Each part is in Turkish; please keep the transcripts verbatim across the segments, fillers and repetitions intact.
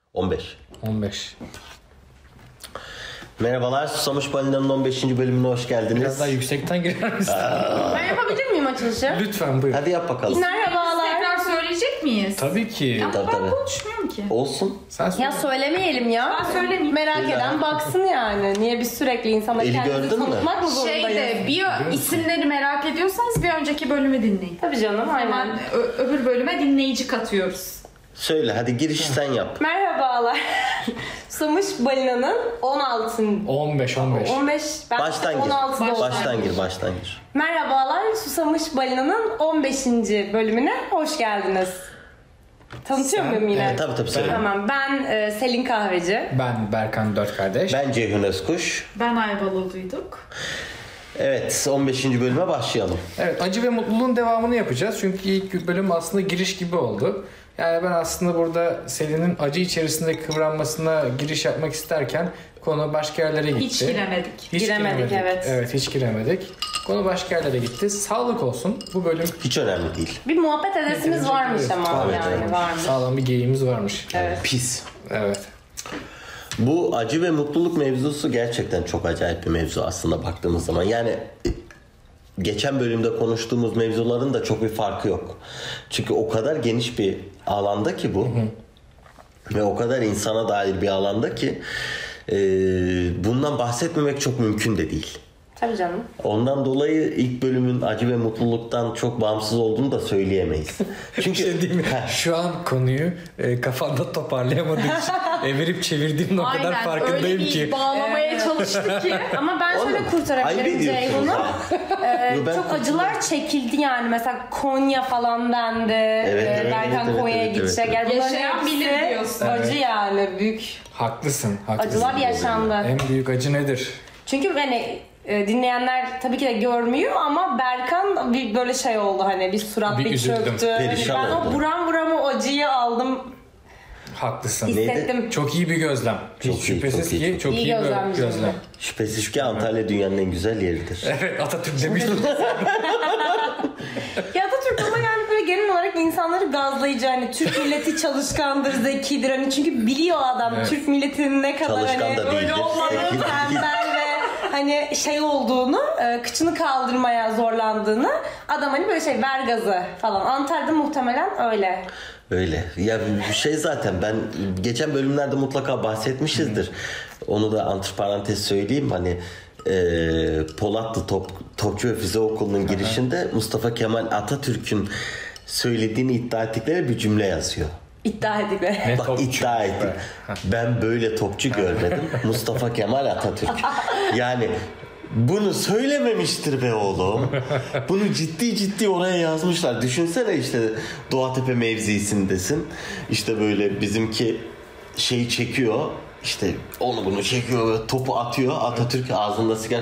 on beş. on beş. Merhabalar, Susamış Balina'nın on beşinci bölümüne hoş geldiniz. Biraz daha yüksekten girer misin? Ben yapabilir miyim açılışı? Lütfen buyur. Hadi yap bakalım. Merhabalar. Tekrar söyleyecek miyiz? Tabii ki. Ama Tabii, ben tabii. konuşmuyorum ki. Olsun. Sen söyle. Ya söylemeyelim ya. Ben söylemeyeyim. Merak Söyle. eden baksın yani. Niye biz sürekli insana Eli kendimizi gördün mü? tanıtmak mı zorundayız? Şeyde bir isimleri merak ediyorsanız bir önceki bölümü dinleyin. Tabii canım aynen. Hemen ö- öbür bölüme dinleyici katıyoruz. Söyle, hadi giriş sen yap. Merhabalar. Susamış Balina'nın on altı. on beş on beş. on beş. Ben Baştan gir. on altıda Baştan olsaydım. Baştan gir, baştan gir. Merhabalar. Susamış Balina'nın on beşinci bölümüne hoş geldiniz. Tanıtıyor Sen- muyum yine? Evet, tabii tabii söyle. Tamam. Ben e, Selin Kahveci. Ben Berkan Dört Kardeş. Ben Ceyhun Özkuş. Ben Ayvalı'lıyduk. Evet, on beşinci bölüme başlayalım. Evet, acı ve mutluluğun devamını yapacağız. Çünkü ilk bölüm aslında giriş gibi oldu. Yani ben aslında burada Selin'in acı içerisinde kıvranmasına giriş yapmak isterken konu başka yerlere gitti. Hiç giremedik. Hiç Giremedik, evet. Evet, hiç giremedik. Konu başka yerlere gitti. Sağlık olsun. Bu bölüm Hiç önemli değil. Bir muhabbet edesimiz varmış Evet, ama evet, yani evet. varmış. sağlam bir geyiğimiz varmış. Evet. Pis. Evet. Bu acı ve mutluluk mevzusu gerçekten çok acayip bir mevzu aslında baktığımız zaman. Yani e, geçen bölümde konuştuğumuz mevzuların da çok bir farkı yok. Çünkü o kadar geniş bir alanda ki bu. Hı hı. Ve o kadar insana dair bir alanda ki e, bundan bahsetmemek çok mümkün de değil. Tabii canım. Ondan dolayı ilk bölümün acı ve mutluluktan çok bağımsız olduğunu da söyleyemeyiz. Çünkü şey diyeyim mi? Şu an konuyu e, kafamda toparlayamadığım için evirip çevirdiğim o kadar Aynen, farkındayım öyle bir ki. bağlamaya çalıştık ki. Ama ben şöyle Oğlum, ayıp kurtarabilirim ediyorsunuz Ceyhun'u. ha. Ee, Yo, ben çok kurtuldum. acılar çekildi yani. Mesela Konya falan dendi. Evet, Ee, evet, Berkan evet, Konya'ya evet, gidecek. evet, Yani bunların Yaşayan hepsi bilir diyorsun. Acı yani büyük. Haklısın, haklısın. Acılar yaşandı. En büyük acı nedir? Çünkü hani e, dinleyenler tabii ki de görmüyor ama Berkan bir böyle şey oldu hani bir surat Bir bir, üzüldüm. çöktü. Perişan Ben oldu. o buram buram o acıyı aldım. Haklısın. Hissettim. Çok iyi bir gözlem. Çok Hiç iyi, şüphesiz çok iyi, ki çok çok iyi iyi, bir gözlemci. gözlem. Şüphesiz ki Antalya dünyanın en güzel yeridir. Evet, Atatürk demiştim. Ya Atatürk ama yani böyle genel olarak insanları gazlayıcı hani Türk milleti çalışkandır, zekidir hani çünkü biliyor adam Evet. Türk milletinin ne kadar Çalışkan hani da değildir. öyle olmanın Zeki de tembel ve hani şey olduğunu, e, kıçını kaldırmaya zorlandığını adam hani böyle şey ver gazı falan. Antalya'da muhtemelen öyle. Öyle. Ya bir şey zaten ben geçen bölümlerde mutlaka bahsetmişizdir. Onu da antiparantez söyleyeyim hani e, Polatlı Top, Topçu ve Füze Okulu'nun girişinde Mustafa Kemal Atatürk'ün söylediğini iddia ettikleri bir cümle yazıyor. İddia edilir. Ne Bak topçu. iddia ettim. Ben böyle topçu görmedim. Mustafa Kemal Atatürk. Yani bunu söylememiştir be oğlum. Bunu ciddi ciddi oraya yazmışlar. Düşünsene işte Doğatepe mevzisindesin. İşte böyle bizimki şeyi çekiyor. İşte onu bunu çekiyor ve topu atıyor. Atatürk ağzında sigara.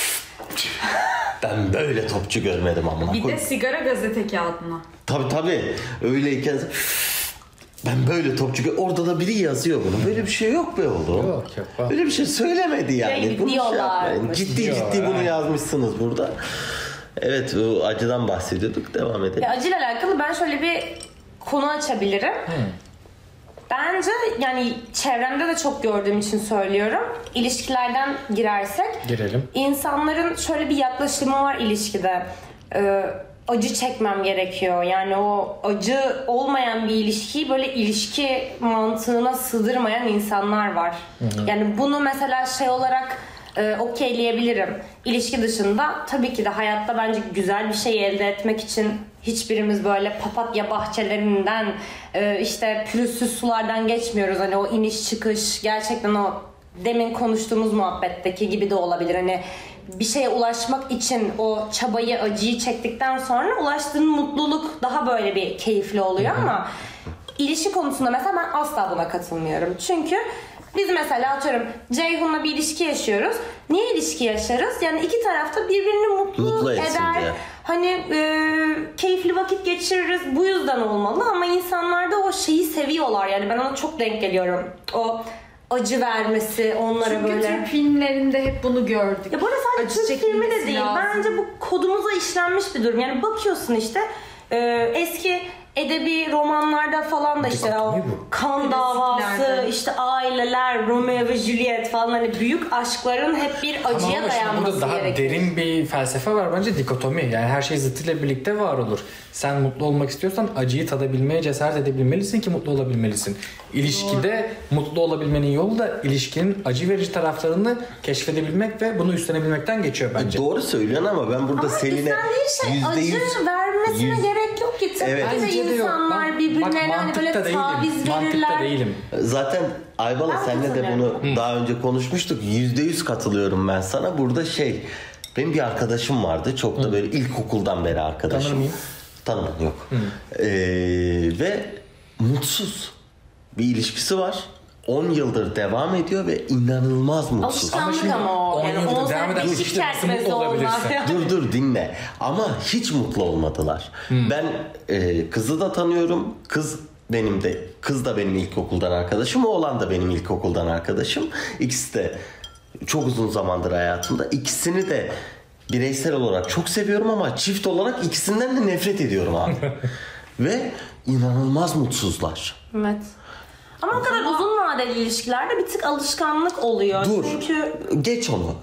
Ben böyle topçu görmedim amına Bir de koyayım. sigara gazete kağıdına. Tabii tabii. Öyleyken ben böyle topçu gö- orada da biri yazıyor bunu. Böyle bir şey yok be oğlum. Yok, yok. Öyle bir şey söylemedi yani. Şey Bunu şey diyorlar. yapmayın. ciddi Diyorlar, ciddi bunu ha. yazmışsınız burada. Evet, o acıdan bahsediyorduk. Devam edelim. Ya acıyla alakalı ben şöyle bir konu açabilirim. Bence yani çevremde de çok gördüğüm için söylüyorum. İlişkilerden girersek Girelim. insanların şöyle bir yaklaşımı var ilişkide. Ee, acı çekmem gerekiyor. Yani o acı olmayan bir ilişkiyi böyle ilişki mantığına sığdırmayan insanlar var. Yani bunu mesela şey olarak e, okeyleyebilirim. İlişki dışında tabii ki de hayatta bence güzel bir şey elde etmek için hiçbirimiz böyle papatya bahçelerinden e, işte pürüzsüz sulardan geçmiyoruz. Hani o iniş çıkış gerçekten o demin konuştuğumuz muhabbetteki gibi de olabilir. Hani bir şeye ulaşmak için o çabayı, acıyı çektikten sonra ulaştığın mutluluk daha böyle bir keyifli oluyor ama ilişki konusunda mesela ben asla buna katılmıyorum. Çünkü biz mesela atıyorum Ceyhun'la bir ilişki yaşıyoruz. Niye ilişki yaşarız? Yani iki tarafta birbirini mutlu, Mutlu etsin eder. diye. Hani e, keyifli vakit geçiririz. Bu yüzden olmalı ama insanlar da o şeyi seviyorlar. Yani ben ona çok denk geliyorum. O acı vermesi onlara Çünkü böyle. Türk filmlerinde hep bunu gördük. Ya bu arada sadece Acı Türk filmi de çekilmesi değil. lazım. Bence bu kodumuza işlenmiş bir durum. Yani bakıyorsun işte e, eski edebi romanlarda falan da işte o kan davası, işte aileler, Romeo ve Juliet falan, hani büyük aşkların hep bir acıya Ama dayanması burada daha gerekiyor. derin bir felsefe var bence, dikotomi. Yani her şey zıttıyla birlikte var olur. Sen mutlu olmak istiyorsan acıyı tadabilmeye cesaret edebilmelisin ki mutlu olabilmelisin. İlişkide Doğru. mutlu olabilmenin yolu da ilişkinin acı verici taraflarını keşfedebilmek ve bunu üstlenebilmekten geçiyor bence. Doğru söylüyorsun ama ben burada Ama Selin'e şey, yüzde yüz acı vermesine yüz- gerek yok ki. Tabii Evet. ki de Bence de yok. insanlar Bak- birbirlerine bak, hani böyle mantıkta değilim. taviz Mantıkta verirler. değilim. Zaten Aybala Ben senle de katılıyorum. bunu daha önce konuşmuştuk. Yüzde yüz katılıyorum ben sana. Burada şey, benim bir arkadaşım vardı. Çok da böyle ilkokuldan beri arkadaşım. Tanır mıyım? Tanımam, yok. Ee, ve mutsuz bir ilişkisi var. on yıldır devam ediyor ve inanılmaz mutsuz. Alışkanlık şimdi ama o. on Yani yıldır on devam eden sene bir bir işte nasıl çerçevesi mutlu olmaz. olabilirsin? Yani. Dur dur dinle. Ama hiç mutlu olmadılar. Ben e, kızı da tanıyorum. Kız benim de kız da benim ilkokuldan arkadaşım. Oğlan da benim ilkokuldan arkadaşım. İkisi de çok uzun zamandır hayatımda. İkisini de bireysel olarak çok seviyorum ama çift olarak ikisinden de nefret ediyorum abi. Ve inanılmaz mutsuzlar. Evet. Ama o kadar uzun vadeli ilişkilerde bir tık alışkanlık oluyor. Dur. Çünkü Geç onu.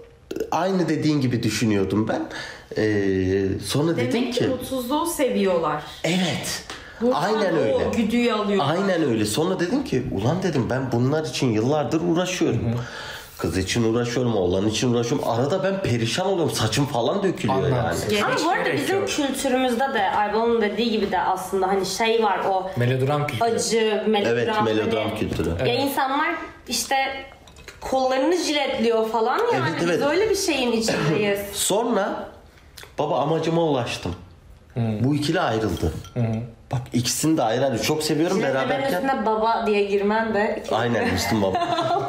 Aynı dediğin gibi düşünüyordum ben. Ee, sonra dedim Demek ki ki mutsuzluğu seviyorlar. evet. Buradan Aynen öyle. O güdüyü alıyorlar. Aynen öyle. Sonra dedim ki ulan dedim ben bunlar için yıllardır uğraşıyorum. Hı-hı. Kız için uğraşıyorum, oğlan için uğraşıyorum. Arada ben perişan oluyorum. Saçım falan dökülüyor Anlarsın. yani. ama bu arada gerek bizim yok. kültürümüzde de Aybal'ın dediği gibi de aslında hani şey var, o Melodram kültürü. acı, melodram. Evet, melodram hani- kültürü. Ya insanlar işte kollarını jiletliyor falan yani. Evet, Biz evet. öyle bir şeyin içindeyiz. Sonra baba amacıma ulaştım. Bu ikili ayrıldı. Bak ikisini de ayrı ayrı çok seviyorum Jiletlemenin beraberken. üstüne baba diye girmen de. Aynen Müslüm baba.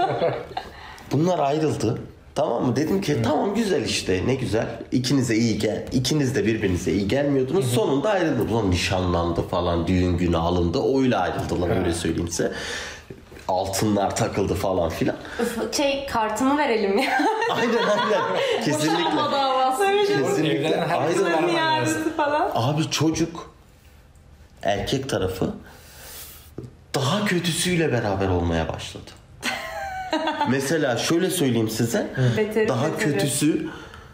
Bunlar ayrıldı. Tamam mı? Dedim ki tamam güzel işte ne güzel. İkinize iyi gel. İkiniz de birbirinize iyi gelmiyordunuz. Sonunda ayrıldı. Ulan nişanlandı falan. Düğün günü alındı. Öyle ayrıldılar öyle söyleyeyim size. Altınlar takıldı falan filan. Üf, şey kartımı verelim ya. Aynen aynen. Kesinlikle. Boşanma davası. Kesinlikle. Evlenen herkes Ayrıldı. vermem Yarısı falan. Abi çocuk erkek tarafı daha kötüsüyle beraber olmaya başladı. Mesela şöyle söyleyeyim size. Beteri, daha beteri. kötüsü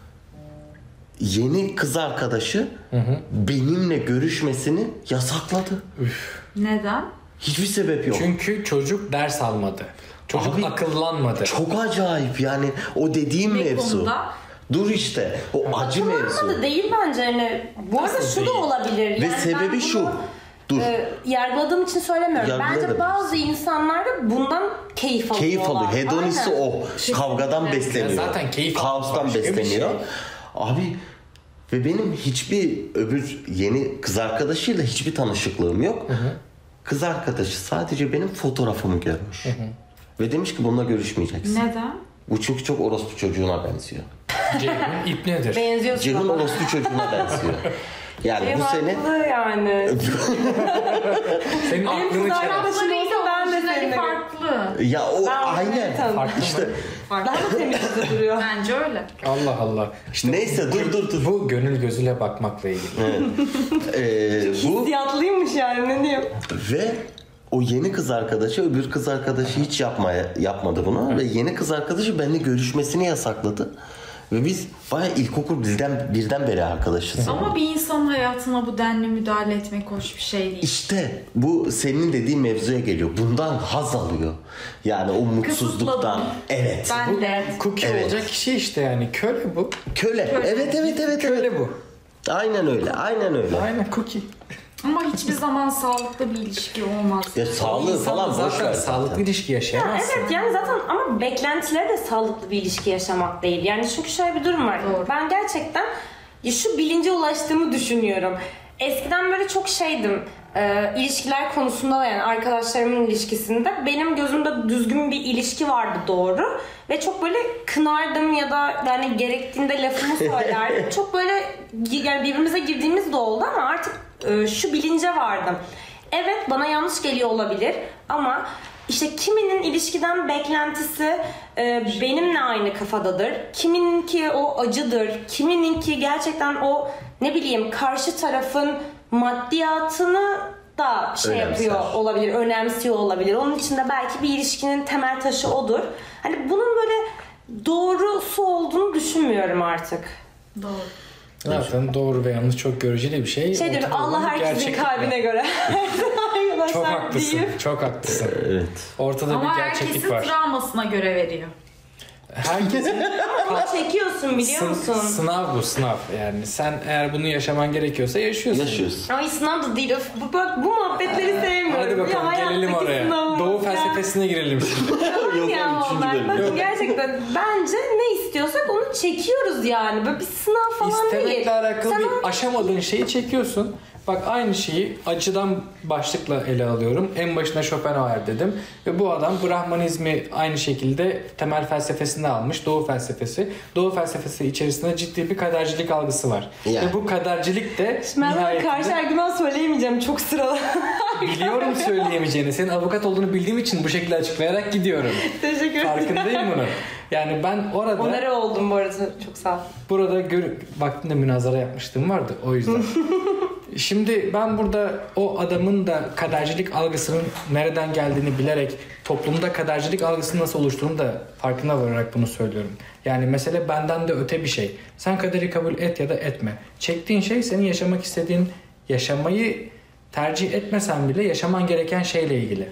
yeni kız arkadaşı benimle görüşmesini yasakladı. Neden? Hiçbir sebep yok. Çünkü çocuk ders almadı. Çocuk Abi, akıllanmadı. Çok acayip yani o dediğim Ne mevzu. konuda? Dur işte o acı mevzu. Da değil bence hani. Bu arada Nasıl şu da değil? olabilir. Ve Yani ben sebebi bunu, şu. Dur. e, yargıladığım için söylemiyorum. Yargılayabiliriz. Bence bazı insanlar da bundan keyif alıyorlar. Keyif alıyor. Hedonisi Aynen. o. Kavgadan besleniyor. Ya zaten keyif almak Kaostan başka bir besleniyor. şey. Abi ve benim hiçbir öbür yeni kız arkadaşıyla hiçbir tanışıklığım yok. Kız arkadaşı sadece benim fotoğrafımı görmüş. Ve demiş ki bununla görüşmeyeceksin. Neden? Bu çünkü çok orospu çocuğuna benziyor. Ceyhun ip nedir? Benziyorsun Ceyhun ama. orospu çocuğuna benziyor. Yani Benim bu sene haklı yani. Senin aklını kız çeler. arkadaşım olsa ben de Orijinali seninle. farklı. ya o Ben aynen. tanıdım. Farklı İşte mı? Daha da temizde duruyor. Bence öyle. Allah Allah. İşte neyse dur dur dur. bu gönül gözüyle bakmakla ilgili. Ee, bu Hissiyatlıymış yani, ne diyeyim. ve o yeni kız arkadaşı öbür kız arkadaşı hiç yapmaya yapmadı bunu ve yeni kız arkadaşı benimle görüşmesini yasakladı. Ve biz bayağı ilkokul birden, birden beri arkadaşız. Ama bir insanın hayatına bu denli müdahale etmek hoş bir şey değil. İşte bu senin dediğin mevzuya geliyor. Bundan haz alıyor. Yani o mutsuzluktan. Kısıtladım. Evet. Ben de. Cookie Evet. olacak kişi işte yani. Köle bu. Köle. Köle. Evet evet evet evet. Köle bu. Aynen öyle. Aynen öyle. Aynen cookie. Ama hiçbir zaman sağlıklı bir ilişki olmaz. Ya sağlığı İnsan falan boş zaten ver. sağlıklı zaten. ilişki yaşayamazsın. Evet yani zaten ama beklentileri de sağlıklı bir ilişki yaşamak değil. Yani çünkü şöyle bir durum var. Doğru. Ben gerçekten ya şu bilince ulaştığımı düşünüyorum. Eskiden böyle çok şeydim. E, ilişkiler konusunda da yani arkadaşlarımın ilişkisinde benim gözümde düzgün bir ilişki vardı, doğru. Ve çok böyle kınardım ya da yani gerektiğinde lafımı söylerdim. Çok böyle yani birbirimize girdiğimiz de oldu ama artık e, şu bilince vardım. Evet bana yanlış geliyor olabilir ama işte kiminin ilişkiden beklentisi e, benimle aynı kafadadır. Kimininki o acıdır. Kimininki gerçekten o ne bileyim karşı tarafın maddiyatını da şey Önemser. yapıyor olabilir, önemsiyor olabilir. Onun için de belki bir ilişkinin temel taşı odur. Hani bunun böyle doğrusu olduğunu düşünmüyorum artık. Doğru. Zaten doğru ve yanlış çok göreceli bir şey. Şey diyorum, Ortada Allah olan herkesin gerçeklik kalbine var. göre. Çok haklısın. deyip. Çok haklısın. Evet. Ortada Ama bir gerçeklik herkesin var. travmasına göre veriyor. Herkesin Ama çekiyorsun biliyor Sın- musun? sınav bu sınav. Yani sen eğer bunu yaşaman gerekiyorsa yaşıyorsun. Yaşıyorsun. Ay sınav da değil. Öf, bu, bak, bu muhabbetleri sevmiyorum. Hadi bakalım Ya, gelelim hayattaki oraya. sınavı Doğu ya. felsefesine girelim şimdi. Yok, Ya üçüncü onlar. bölüm. Bakın Yok. gerçekten bence ne istiyorsak onu çekiyoruz yani. Böyle bir sınav falan değil. İstemekle alakalı Sen bir onu- aşamadığın şeyi çekiyorsun. Bak aynı şeyi açıdan başlıkla ele alıyorum. En başına Schopenhauer dedim. Ve bu adam Brahmanizmi aynı şekilde temel felsefesinde almış. Doğu felsefesi. Doğu felsefesi içerisinde ciddi bir kadercilik algısı var. Yani. Ve bu kadercilik de Ben buna nihayetinde... karşı argüman söyleyemeyeceğim. Çok sıralı. Biliyorum söyleyemeyeceğini. Senin avukat olduğunu bildiğim için bu şekilde açıklayarak gidiyorum. Teşekkür ederim. Farkındayım bunun. Yani ben orada... Onları oldum bu arada. Çok sağ ol. Burada gör, vaktinde münazara yapmıştım vardı o yüzden. Şimdi ben burada o adamın da kadercilik algısının nereden geldiğini bilerek toplumda kadercilik algısının nasıl oluştuğunu da farkına vararak bunu söylüyorum. Yani mesele benden de öte bir şey. Sen kaderi kabul et ya da etme. Çektiğin şey senin yaşamak istediğin, yaşamayı tercih etmesen bile yaşaman gereken şeyle ilgili.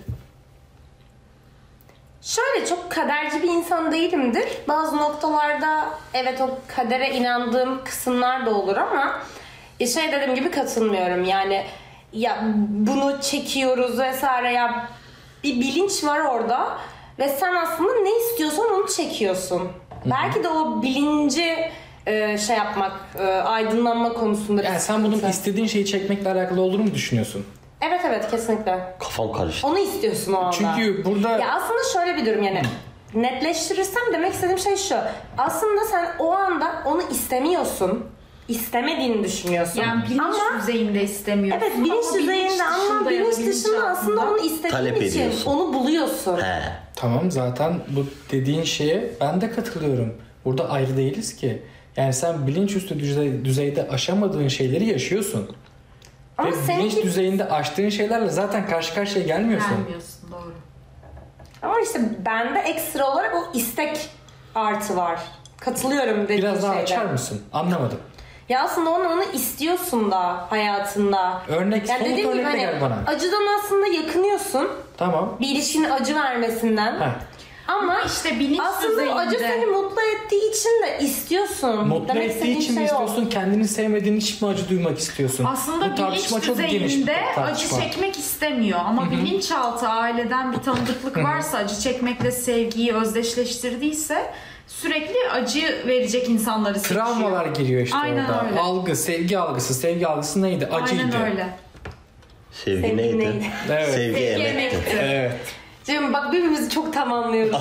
Şöyle çok kaderci bir insan değilimdir. Bazı noktalarda evet o kadere inandığım kısımlar da olur ama şey dediğim gibi katılmıyorum. Yani ya bunu çekiyoruz vesaire ya bir bilinç var orada ve sen aslında ne istiyorsan onu çekiyorsun. Hı-hı. Belki de o bilinci e, şey yapmak, e, aydınlanma konusunda. Yani sen bunun istediğin şeyi çekmekle alakalı olduğunu mu düşünüyorsun? Evet evet kesinlikle. Kafam karıştı. Onu istiyorsun o anda. Çünkü burada... Ya aslında şöyle bir durum yani. Netleştirirsem demek istediğim şey şu. Aslında sen o anda onu istemiyorsun. İstemediğini düşünüyorsun. Yani bilinç ama, düzeyinde istemiyorsun. Evet bilinç ama düzeyinde ama bilinç ya da dışında aslında altında onu istediğin talep için ediyorsun. onu buluyorsun. He. Tamam zaten bu dediğin şeye ben de katılıyorum. Burada ayrı değiliz ki. Yani sen bilinçüstü düzey, düzeyde aşamadığın şeyleri yaşıyorsun. Ama Ve seninki... bilinç düzeyinde aştığın şeylerle zaten karşı karşıya gelmiyorsun. Gelmiyorsun doğru. Ama işte bende ekstra olarak o istek artı var. Katılıyorum dediğin Biraz daha şeyde. açar mısın? Anlamadım. Ya aslında onu onu istiyorsun da hayatında. Örnek, yani somut dediğim gibi örnekle hani gel bana. acıdan aslında yakınıyorsun. Tamam. Bir ilişkinin acı vermesinden. Heh. Ama İşte bilinç aslında düzeyinde. o acı seni mutlu ettiği için de istiyorsun. Mutlu Demek ettiği istediğim için mi şey o. istiyorsun? Kendini sevmediğin için mi acı duymak istiyorsun? Aslında Bu tartışma bilinç çok geniş bir düzeyinde acı tartışma. çekmek istemiyor. Ama bilinçaltı aileden bir tanıdıklık varsa, acı çekmekle sevgiyi özdeşleştirdiyse sürekli acı verecek insanları seçiyor. Travmalar giriyor işte Aynen orada. öyle. Algı, sevgi algısı. Sevgi algısı neydi? Acıydı. Aynen öyle. Sevgi, Sevgi neydi? neydi? Evet. Sevgi, Sevgi emekti. emekti. Evet. Canım bak birbirimizi çok tamamlıyoruz.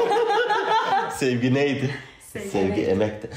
Sevgi neydi? Sevgi Sevgi emekti.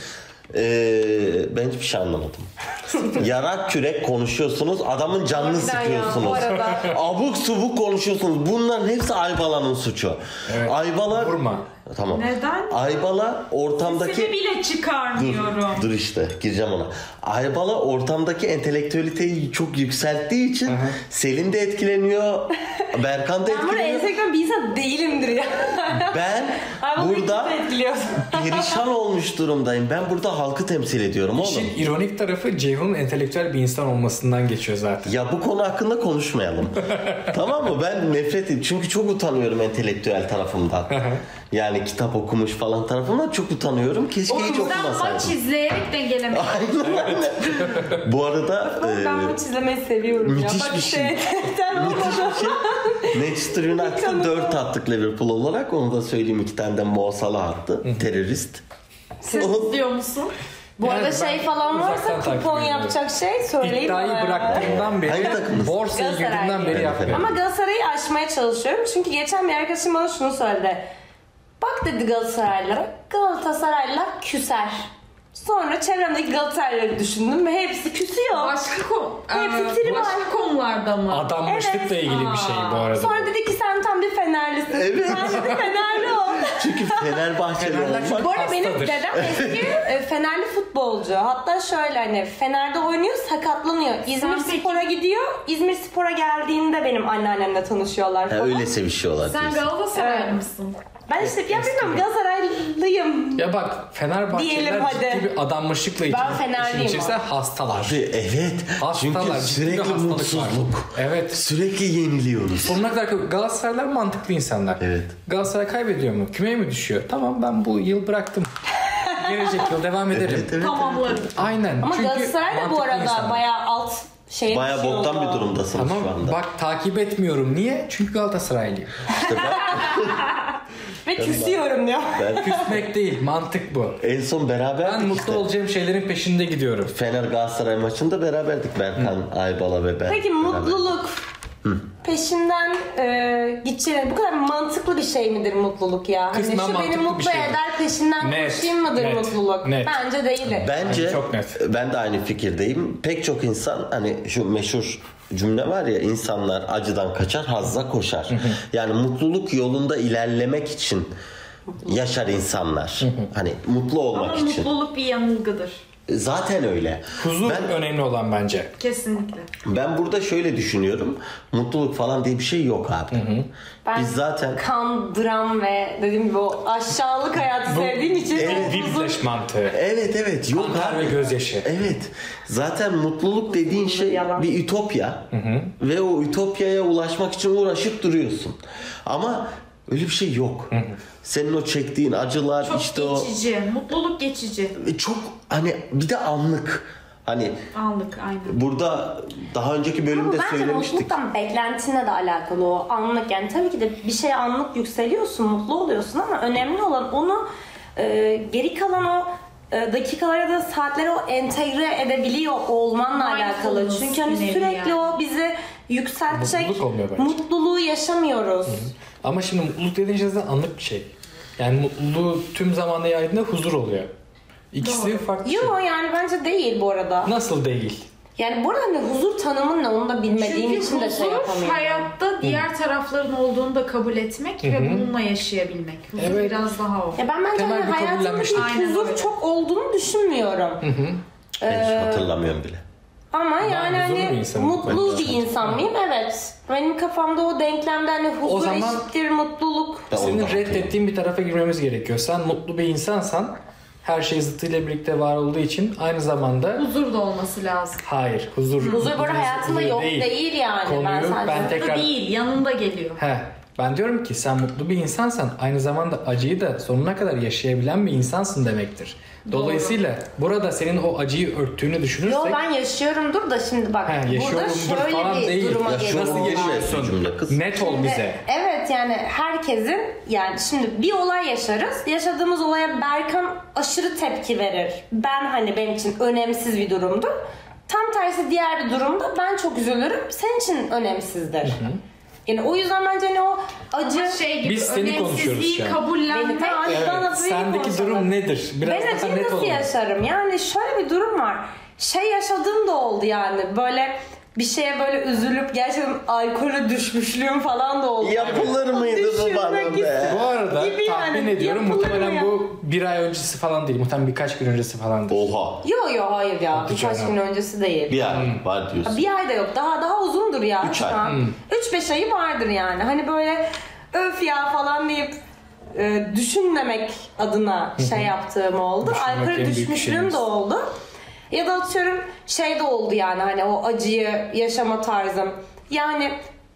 Ee, ben hiçbir şey anlamadım. Yarak kürek konuşuyorsunuz, adamın canını Harbiden ya, sıkıyorsunuz. bu arada. Abuk subuk konuşuyorsunuz. Bunların hepsi Aybala'nın suçu. Evet. Aybalar... Vurma. Tamam. Neden? Aybala ortamdaki... Sesimi bile çıkarmıyorum. Dur, dur işte gireceğim ona. Aybala ortamdaki entelektüeliteyi çok yükselttiği için Selin de etkileniyor. Berkan da Ben burada etkileniyor. ensekten bir insan değilimdir ya. Ben Ay, bu burada beni etkiliyorsun. perişan olmuş durumdayım. Ben burada halkı temsil ediyorum oğlum. İşin ironik tarafı Ceyhun'un entelektüel bir insan olmasından geçiyor zaten. Ya bu konu hakkında konuşmayalım. Tamam mı? Ben nefret ediyorum. Çünkü çok utanıyorum entelektüel tarafımdan. Yani kitap okumuş falan tarafımdan çok utanıyorum. Keşke hiç Oradan maç okumasaydım. izleyerek dengelemek. Aynen öyle. Bu arada Ben e, maç izlemeyi seviyorum ya. müthiş Bak bir şey. işte, sen müthiş olmadan- bir şey. Manchester United'a dört attık Liverpool olarak. Onu da söyleyeyim, iki tane de Mo Salah attı. Terörist. Siz izliyor musun? Bu Yani arada şey ben falan varsa uzaktan takip kupon ediyorum. yapacak şey söyleyin İddiayı bana. bıraktığımdan beri, Hangi takımız? borsaya Galatasaray. girdiğimden beri Evet, yapmıyorum. Ama Galatasaray'ı aşmaya çalışıyorum. Çünkü geçen bir arkadaşım bana şunu söyledi. Bak dedi Galatasaraylılara. Galatasaraylılar küser. Sonra çevremdeki Galatasaraylıları düşündüm ve hepsi küsüyor. Başka konu. Hepsi tri var. Başka konularda mı? Adanmışlıkla Evet. ilgili bir şey bu arada. Sonra dedi ki sen tam bir Fenerlisin. Evet. Sen dedi Fenerli ol. Çünkü Çünkü Fenerbahçeli Fenerler olmak... çok- Bu arada benim Hastadır. dedem eski e, Fenerli futbolcu. Hatta şöyle hani Fener'de oynuyor, sakatlanıyor. İzmir Sen peki- Spor'a gidiyor. İzmir Spor'a geldiğinde benim anneannemle tanışıyorlar Ha, falan. öyle sevişiyorlar Sen diyorsun. Galatasaraylı Evet. mısın? Ben işte ya bilmiyorum Galatasaraylıyım. Ya bak Fenerbahçeliler Diyelim hadi. ciddi bir adanmışlıkla Ben için, Fenerliyim işin içerisinde abi. hastalar. Abi evet. Hastalar, Çünkü ciddi bir sürekli hastalık var. mutsuzluk. Evet. Sürekli yeniliyoruz. Sonuna kadar Galatasaraylılar mantıklı insanlar. Evet. Galatasaray kaybediyor mu? Kümeye mi düşüyor? Tamam ben bu yıl bıraktım. Gelecek yıl devam ederim. Evet, evet. Tamamlarım. Aynen. Ama Çünkü Galatasaray da bu mantıklı arada insanlar. bayağı alt şeye Baya düşüyor boktan da. bir durumdasınız Tamam şu anda. bak takip etmiyorum. Niye? Çünkü Galatasaraylıyım. İşte ben, Ve küsüyorum diyor. ben Küsmek değil mantık bu. en son beraberdik Ben mutlu işte. olacağım şeylerin peşinde gidiyorum. Fener Galatasaray maçında beraberdik Berkan, Aybala ve ben. Peki beraber. mutluluk peşinden e, gideceğin bu kadar mantıklı bir şey midir mutluluk ya? Hani Kısmen şu beni mantıklı bir mutlu şeydir. eder peşinden Net, koşayım mıdır net, mutluluk? net. Bence değil. Bence Yani çok net. ben de aynı fikirdeyim. Pek çok insan hani şu meşhur cümle var ya, insanlar acıdan kaçar, hazza koşar. Yani mutluluk yolunda ilerlemek için yaşar insanlar. Hani mutlu olmak Ama için. mutluluk bir yanılgıdır. Zaten öyle. Huzur Ben önemli olan bence. Kesinlikle. ben burada şöyle düşünüyorum. Mutluluk falan diye bir şey yok abi. Ben Biz zaten kan, dram ve dediğim gibi o aşağılık hayatı sevdiğim için Evet. Whiplash mantığı. evet evet yok Kan, ter abi. ve gözyaşı. Evet. Zaten mutluluk dediğin şey Yalan. bir ütopya. Ve o ütopyaya ulaşmak için uğraşıp duruyorsun. Ama öyle bir şey yok. Senin o çektiğin acılar Çok işte o geçici. Mutluluk geçici. çok hani bir de anlık. Hani Anlık aynen. burada daha önceki Ama bölümde bence söylemiştik. mutluluktan beklentinle de alakalı o anlık. Yani tabii ki de bir şeye anlık yükseliyorsun, mutlu oluyorsun ama önemli olan onu e, geri kalan o e, dakikalara da saatlere o entegre edebiliyor olmanla alakalı. Mindfulness Çünkü hani bir nevi sürekli yani. o bizi yükseltecek Mutluluk olmuyor bence. mutluluğu yaşamıyoruz. Ama şimdi mutluluk dediğin şey zaten anlık bir şey. Yani mutluluğu tüm zamanda yaydığında huzur oluyor. İkisi Doğru. farklı Yok şey. yani bence değil bu arada. Nasıl değil? Yani bu arada hani huzur tanımın ne onu da bilmediğim Çünkü için de şey huzur yapamıyorum. hayatta diğer tarafların olduğunu da kabul etmek ve bununla yaşayabilmek. Huzur Evet. biraz daha o. Ya ben bence Temel hani bir hayatımda kabullenmişlik. bir Aynen huzur öyle. çok olduğunu düşünmüyorum. Ben hiç hatırlamıyorum bile. Ama yani huzurlu bir hani insanım. mutlu Ben bir de. insan mıyım? Evet. Benim kafamda o denklemde hani huzur zaman- eşittir mutluluk. Ben Senin ondan reddettiğin bir tarafa girmemiz gerekiyor. Sen mutlu bir insansan her şey zıttıyla birlikte var olduğu için aynı zamanda Huzur da olması lazım. hayır huzur. Huzur bu arada hayatımda huzur yok değil, yani. Konuyu ben sadece ben Mutlu tekrar değil, yanında geliyor. He, ben diyorum ki sen mutlu bir insansan aynı zamanda acıyı da sonuna kadar yaşayabilen bir insansın demektir. Dolayısıyla burada senin o acıyı örttüğünü düşünürsek Yo ben yaşıyorumdur da şimdi bak. He, burada yaşıyorumdur şöyle falan bir değil. duruma Yaşıyorum geliyor. nasıl olay. yaşıyorsun? Cümle kız. Net ol bize. Evet yani herkesin yani şimdi bir olay yaşarız. Yaşadığımız olaya Berkan aşırı tepki verir. Ben hani benim için önemsiz bir durumdu. Tam tersi diğer bir durumda ben çok üzülürüm. Senin için önemsizdir. Yani o yüzden bence hani o acı Ama şey gibi Biz seni konuşuyoruz önemsizliği şu an. kabullenmek. Benim- Evet, Bana böyle sendeki konuşalım. durum nedir? Biraz ben daha acıyı net nasıl olun. yaşarım? Yani şöyle bir durum var. Şey yaşadığım da oldu yani. Böyle bir şeye böyle üzülüp gerçekten alkole düşmüşlüğüm falan da oldu. Yapılır mıydı bu bana Düşünmek be? istedim. Bu arada Gibi tahmin yani. ediyorum Yapılır mı muhtemelen ya? bu bir ay öncesi falan değil. Muhtemelen birkaç gün öncesi falandır. Oha. Yo yo hayır ya. Hadi Birkaç canım. gün öncesi değil. Bir ay var diyorsun. Bir ay da yok. Daha daha uzundur ya. Üç şu ay. an. üç beş ayı vardır yani. Hani böyle öf ya falan deyip e, düşünmemek adına şey yaptığım oldu. Düşünmek en Alkole büyük düşmüşlüğüm şeyimiz. de oldu. Ya da atıyorum şey de oldu yani hani o acıyı yaşama tarzım. Yani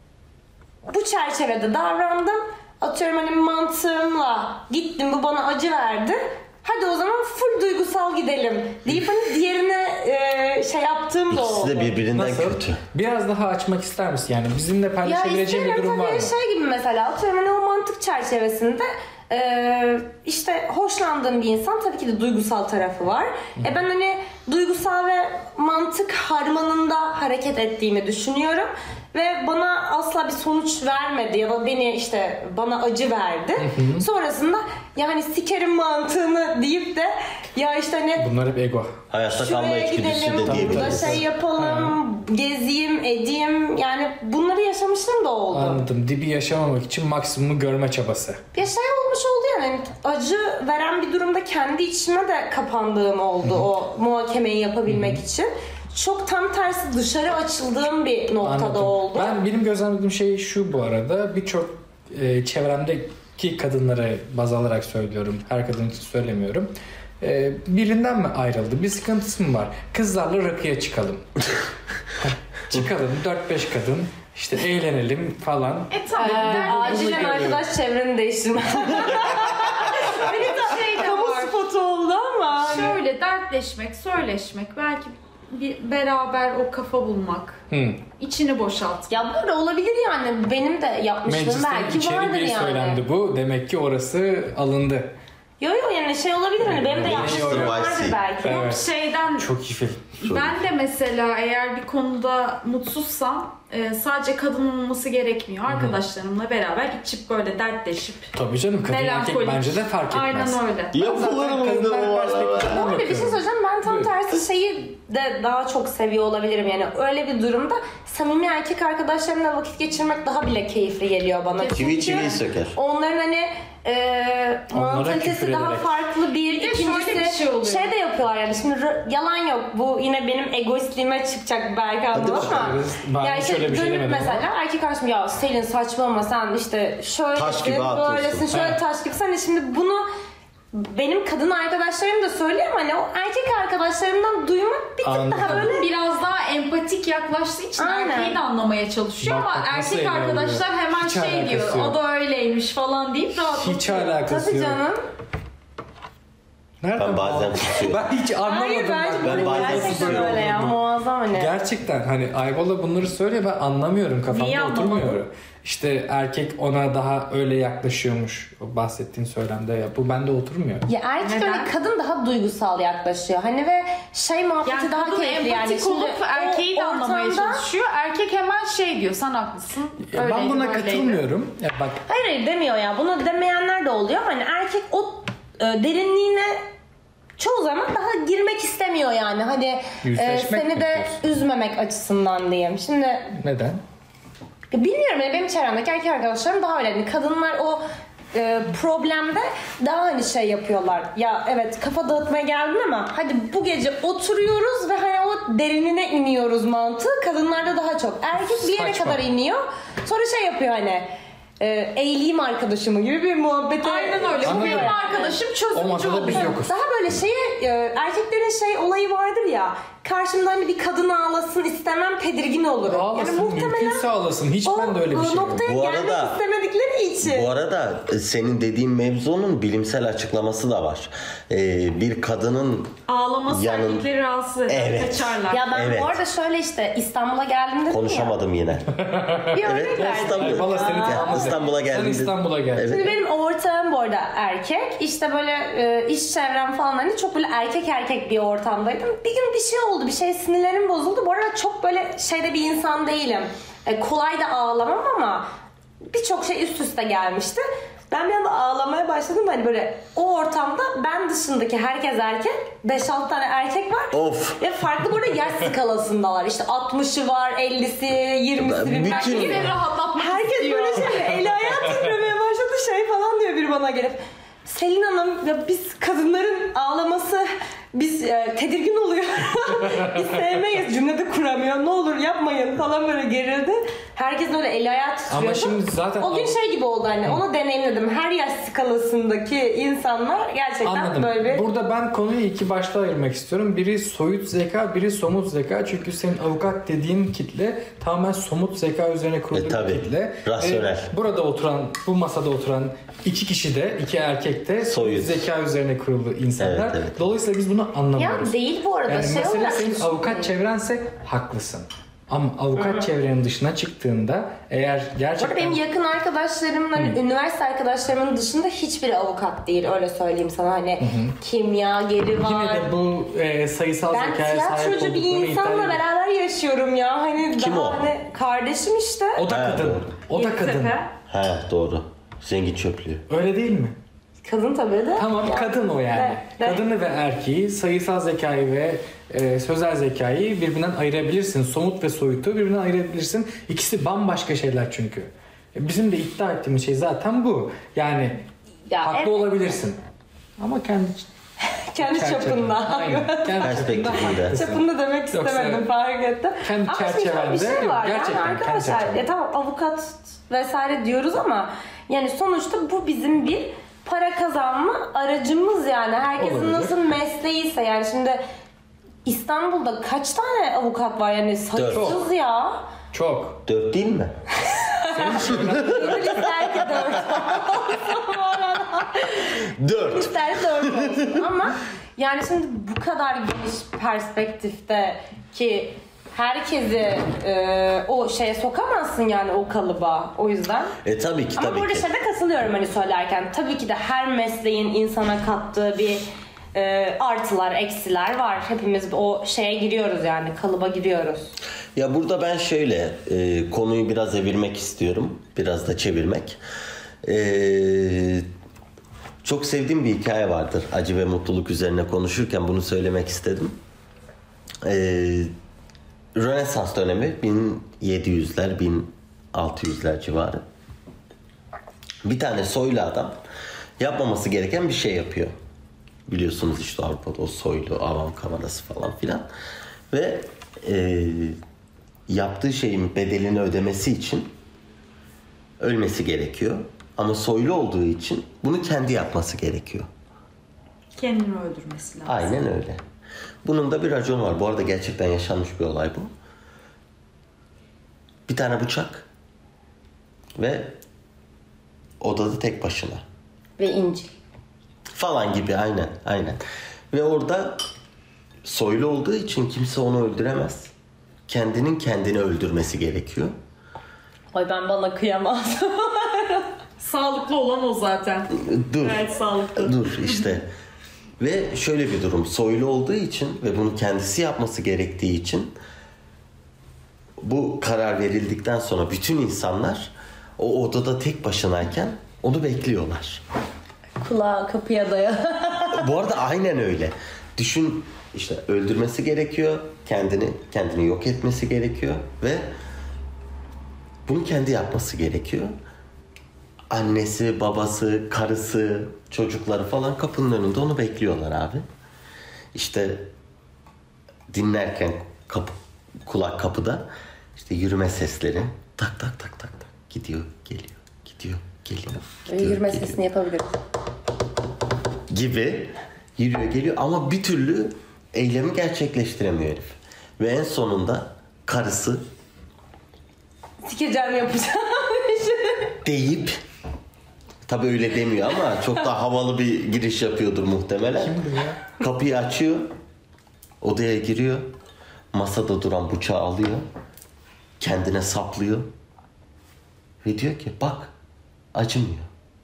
bu çerçevede davrandım. Atıyorum hani mantığımla gittim bu bana acı verdi. Hadi o zaman full duygusal gidelim deyip hani diğerine e, şey yaptığım da İkisi oldu. de birbirinden Nasıl? kötü. Biraz daha açmak ister misin? Yani bizimle Ya paylaşabileceğin bir isterim durum var tabii mı? şey gibi mesela atıyorum hani o mantık çerçevesinde e, işte hoşlandığım bir insan tabii ki de duygusal tarafı var. E ben hani duygusal ve mantık harmanında hareket ettiğimi düşünüyorum. Ve bana asla bir sonuç vermedi ya da beni işte bana acı verdi. Sonrasında yani sikerim mantığını deyip de ya işte hani Bunlar hep ego. Hayatta kalma şuraya içgüdüsü gidelim, de burada diyebiliriz. şey yapalım, gezeyim, edeyim. Yani bunları yaşamıştım da oldu. Anladım. Dibi yaşamamak için maksimumu görme çabası. Ya şey olmuş oldu yani hani acı veren bir durumda kendi içime de kapandığım oldu o muhakemeyi yapabilmek için. Çok tam tersi dışarı açıldığım bir noktada Anladım. oldu. Ben benim gözlemlediğim şey şu bu arada. Birçok e, çevremdeki kadınları baz alarak söylüyorum. Her kadın için söylemiyorum. E, birinden mi ayrıldı? Bir sıkıntısı mı var? Kızlarla rakıya çıkalım. Çıkalım dört beş kadın. İşte eğlenelim falan. E tabii. Ee, acilen arkadaş çevreni değiştirme. Öyle bir şey de Kamu var. spotu oldu ama. Şöyle dertleşmek, söyleşmek, belki bir beraber o kafa bulmak, Hı. içini boşaltmak. Ya böyle olabilir yani. Benim de yapmışlığım Meclisten belki içeri vardır bir yani. söylendi bu. Demek ki orası alındı. Yo yo yani şey olabilir hani benim de Yine yapmışlığım yok. vardır belki. Evet. Şeyden Çok iyi film. ben de mesela eğer bir konuda mutsuzsam e, sadece kadın olması gerekmiyor. Arkadaşlarımla beraber içip böyle dertleşip Tabii canım kadın erkek melankolik. bence de fark etmez. Aynen öyle. Yapılır mıydı Kadınlar bu arada? perspektifinden Ama bir şey bakıyorum. söyleyeceğim, ben tam Buyur. tersi şeyi de daha çok seviyor olabilirim yani öyle bir durumda samimi erkek arkadaşlarımla vakit geçirmek daha bile keyifli geliyor bana. Çivi Çünkü çiviyi söker. onların hani e, Onlara mantalitesi küfür daha ederek. farklı bir, Bir de ikincisi şöyle bir şey oluyor. şey de yapıyorlar yani şimdi r- yalan yok bu yine benim egoistliğime çıkacak belki Hadi ama bakalım. Ben yani hiç öyle bir şey dönüp demedim mesela erkek arkadaşım ya Selin saçmalama sen işte Taş gibi şöylesin atıyorsun. böylesin şöyle Evet. taş gibi sen de şimdi bunu benim kadın arkadaşlarım da söylüyor ama hani o erkek arkadaşlarımdan duymak bir tık Anladım. daha böyle Biraz daha empatik yaklaştığı için Aynen. erkeği de anlamaya çalışıyor Bak, ama bak nasıl erkek ele alıyor. arkadaşlar hemen Hiç şey alakası diyor. yok. O da öyleymiş falan deyip rahatlatıyor. Hiç alakası tabii yok. canım. Ben Nereden bazen bağladın? susuyorum. Ben hiç anlamadım. Hayır bence bak. Ben bu bazen gerçekten susuyorum. öyle ya muazzam hani. Gerçekten hani Ayvalı bunları söylüyor ben anlamıyorum Niye kafamda anlamadın? oturmuyor. İşte erkek ona daha öyle yaklaşıyormuş o bahsettiğin söylemde ya bu bende oturmuyor. Ya erkek Neden? öyle kadın daha duygusal yaklaşıyor. Hani ve şey muhabbeti Yani daha kadın keyifli yani. empatik Şimdi olup o erkeği de anlamaya ortamda- çalışıyor. Erkek hemen şey diyor, sen haklısın. Ya ben Öyleydi, buna böyleydi. katılmıyorum. Ya bak Hayır hayır demiyor ya. Bunu demeyenler de oluyor. Hani erkek o e, derinliğine çoğu zaman daha girmek istemiyor yani. Hani e, Yüzleşmek seni mi de diyorsun? üzmemek açısından diyeyim. Şimdi neden? ya bilmiyorum yani benim çevremdeki erkek arkadaşlarım daha öyle. Yani kadınlar o e, problemde daha hani şey yapıyorlar. Ya evet kafa dağıtmaya geldin ama hadi bu gece oturuyoruz ve hani o derinine iniyoruz mantığı. Kadınlarda daha çok. Erkek bir yere Saçma. kadar iniyor. Sonra şey yapıyor hani e, eğileyim arkadaşımı gibi bir muhabbete. Aynen öyle. Bu Anladım. benim arkadaşım O çözümcü masada biz oluyor. yokuz. Daha böyle şeye e, erkeklerin şey olayı vardır ya. Karşımda hani bir kadın ağlasın istemem tedirgin olurum. Ağlasın, mümkünse ağlasın. Hiç o bende öyle bir şey yok. noktaya Bu gelmek arada- istemedikleri için. Bu arada e, senin dediğin mevzunun bilimsel açıklaması da var. Ee, bir kadının Ağlaması Yanın- erkekleri rahatsız eder, Evet. kaçarlar. Ya ben Evet. bu arada şöyle işte İstanbul'a geldim dedim konuşamadım yine. ya. Bir örnek Evet, verdim. İstanbul. Valla seni Ya, tanımadım. İstanbul'a Sen geldim. İstanbul'a geldin. Evet. Şimdi benim ortağım bu arada erkek. İşte böyle e, iş çevrem falan hani çok böyle erkek erkek bir ortamdaydım. Bir gün bir şey oldu. Bir şey sinirlerim bozuldu. Bu arada çok böyle şeyde bir insan değilim. E, kolay da ağlamam ama birçok şey üst üste gelmişti. Ben bir anda ağlamaya başladım. Hani böyle o ortamda ben dışındaki herkes erkek. beş altı tane erkek var. Of. Ve farklı burada yaş skalasındalar. İşte altmışı var, ellisi, yirmisi Ben bilmem bütün- nesi. Seni rahatlatmak Herkes istiyor. böyle şey, eli ayağı titremeye başladı şey falan diyor biri bana gelip. Selin Hanım ya biz kadınların ağlaması biz e, tedirgin oluyor. Biz sevmeyiz cümlede kuramıyor ne olur yapmayın falan böyle gerildi. Herkes böyle eli ayağı titriyordu. Ama şimdi zaten o gün şey gibi oldu hani onu deneyimledim. Her yaş skalasındaki insanlar gerçekten Anladım. böyle bir... Burada ben konuyu iki başta ayırmak istiyorum. Biri soyut zeka, biri somut zeka. Çünkü senin avukat dediğin kitle tamamen somut zeka üzerine kurulu E, tabii. bir kitle. Rasyonel. Ve burada oturan, bu masada oturan iki kişi de, iki erkek de soyut Soyut. zeka üzerine kurulu insanlar. Evet, evet. Dolayısıyla biz bunu anlamıyoruz. Ya değil bu arada Yani şey mesela olarak... senin avukat çevrense haklısın. Ama avukat çevrenin dışına çıktığında eğer Bu arada gerçekten... benim yakın arkadaşlarımın hani üniversite arkadaşlarımın dışında hiçbiri avukat değil öyle söyleyeyim sana hani kimya geri var. Yine de bu e, sayısal Ben zekaya sahip tiyatrocu bir olduklarını iddia insanla ediyorum. beraber yaşıyorum ya hani Kim daha o? hani kardeşim işte. O da Ha, kadın. doğru. O da kadın. Yeditepe. He doğru. Zengin çöplüğü. Öyle değil mi? Kadın tabii de. Tamam kadın o yani. Evet, evet. Kadını ve erkeği, sayısal zekayı ve e, sözel zekayı birbirinden ayırabilirsin. Somut ve soyutu birbirinden ayırabilirsin. İkisi bambaşka şeyler çünkü. E, Bizim de iddia ettiğimiz şey zaten bu. Yani Ya Haklı evet. olabilirsin. Ama kendi Kendi çapında. Aynen. Kendi Perspektifinde. haklısın. Çapında demek Yoksa istemedim, fark ettim. kendi Ama şimdi çerçevende bir şey yok, var gerçekten yani kendi arkadaşlar. çerçevende. Ya tamam avukat vesaire diyoruz ama yani sonuçta bu bizim bir para kazanma aracımız yani. Herkesin Olabilir. nasıl mesleğiyse yani şimdi İstanbul'da kaç tane avukat var yani sayısız ya. Çok. Dört değil mi? Gönül ister ki dört olsun bu arada. Dört. İster dört olsun ama yani şimdi bu kadar geniş perspektifte ki herkesi e, o şeye sokamazsın yani o kalıba. O yüzden. E tabii ki Ama tabii burada ki. şeyde katılıyorum hani söylerken. Tabii ki de her mesleğin insana kattığı bir e, artılar, eksiler var. Hepimiz o şeye giriyoruz yani kalıba giriyoruz. Ya burada ben şöyle e, konuyu biraz evirmek istiyorum. Biraz da çevirmek. E, çok sevdiğim bir hikaye vardır. Acı ve mutluluk üzerine konuşurken bunu söylemek istedim. E, Rönesans dönemi bin yedi yüzler bin altı yüzler civarı. Bir tane soylu adam yapmaması gereken bir şey yapıyor. Biliyorsunuz işte Avrupa'da o soylu avam kamerası falan filan. Ve e, yaptığı şeyin bedelini ödemesi için ölmesi gerekiyor. Ama soylu olduğu için bunu kendi yapması gerekiyor. Kendini öldürmesi lazım. Aynen öyle. Bunun da bir raconu var. Bu arada gerçekten yaşanmış bir olay bu. Bir tane bıçak ve odada tek başına. Ve İncil. Falan gibi aynen aynen. Ve orada soylu olduğu için kimse onu öldüremez. Kendinin kendini öldürmesi gerekiyor. Ay ben bana kıyamazdım. Sağlıklı olan o zaten. Dur. Evet, sağlıklı. Dur işte. Ve şöyle bir durum. Soylu olduğu için ve bunu kendisi yapması gerektiği için bu karar verildikten sonra bütün insanlar o odada tek başınayken onu bekliyorlar. Kulağı kapıya daya. Bu arada aynen öyle. Düşün işte öldürmesi gerekiyor. Kendini kendini yok etmesi gerekiyor ve bunu kendi yapması gerekiyor. Annesi, babası, karısı, çocukları falan kapının önünde onu bekliyorlar abi. İşte dinlerken kapı, kulak kapıda işte yürüme sesleri tak tak tak tak tak gidiyor, geliyor, gidiyor, geliyor. gidiyor, Yürüme geliyor. sesini yapabilirim. Gibi yürüyor geliyor ama bir türlü eylemi gerçekleştiremiyor herif. Ve en sonunda karısı Sikeceğim yapacağım. deyip tabii öyle demiyor ama çok daha havalı bir giriş yapıyordur muhtemelen. Kimdir ya? Kapıyı açıyor. Odaya giriyor. Masada duran bıçağı alıyor. Kendine saplıyor. Ve diyor ki bak acımıyor.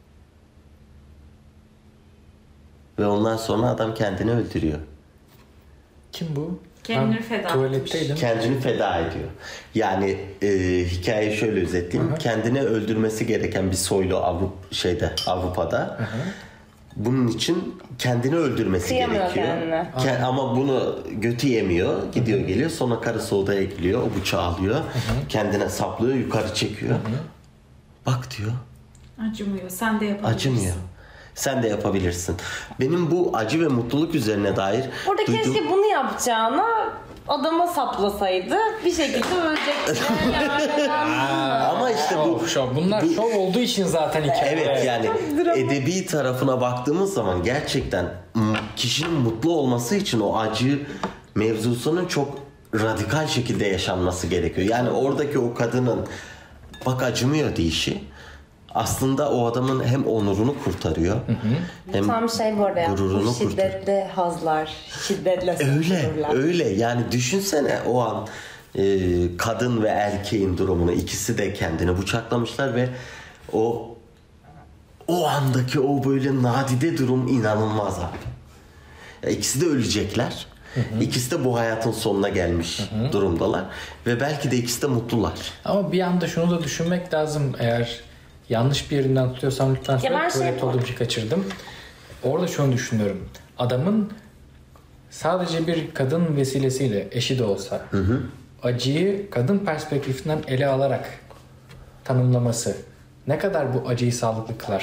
Ve ondan sonra adam kendini öldürüyor. Kim bu? Kendini Ben feda tuvaletteydim. Kendini feda ediyor. Yani e, hikayeyi şöyle özetleyeyim. Hı hı. Kendini öldürmesi gereken bir soylu Avrupa şeyde Avrupa'da. Hı hı. Bunun için kendini öldürmesi Kıyamıyor gerekiyor. kendine. Ke- ama bunu götü yemiyor. Gidiyor geliyor. Sonra karısı odaya geliyor. O bıçağı alıyor. Kendine saplıyor. Yukarı çekiyor. Bak diyor. Acımıyor. Sen de yapabilirsin. Acımıyor. Sen de yapabilirsin. Benim bu acı ve mutluluk üzerine dair Burada duyduğum... keşke bunu yapacağına adama saplasaydı bir şekilde ölecekti. Yani, Ama işte bu... Şov, şov. Bunlar bu- şov olduğu için zaten hikaye. Evet yani edebi tarafına baktığımız zaman gerçekten m- kişinin mutlu olması için o acı mevzusunun çok radikal şekilde yaşanması gerekiyor. Yani oradaki o kadının bak acımıyor deyişi aslında o adamın hem onurunu kurtarıyor hem Tam şey bu arada ya. gururunu Bu şiddetli hazlar. Şiddetle öyle söndürürler. öyle yani düşünsene o an e, kadın ve erkeğin durumunu ikisi de kendini bıçaklamışlar ve o o andaki o böyle nadide durum inanılmaz abi. Ya ikisi de ölecekler. Hı hı. İkisi de bu hayatın sonuna gelmiş hı hı. durumdalar ve belki de ikisi de mutlular. Ama bir anda şunu da düşünmek lazım. Eğer yanlış bir yerinden tutuyorsam lütfen söyle. ben şey- Tuvalet olduğum için kaçırdım. Orada şunu düşünüyorum. Adamın sadece bir kadın vesilesiyle eşi de olsa Hı hı. acıyı kadın perspektifinden ele alarak tanımlaması ne kadar bu acıyı sağlıklı kılar?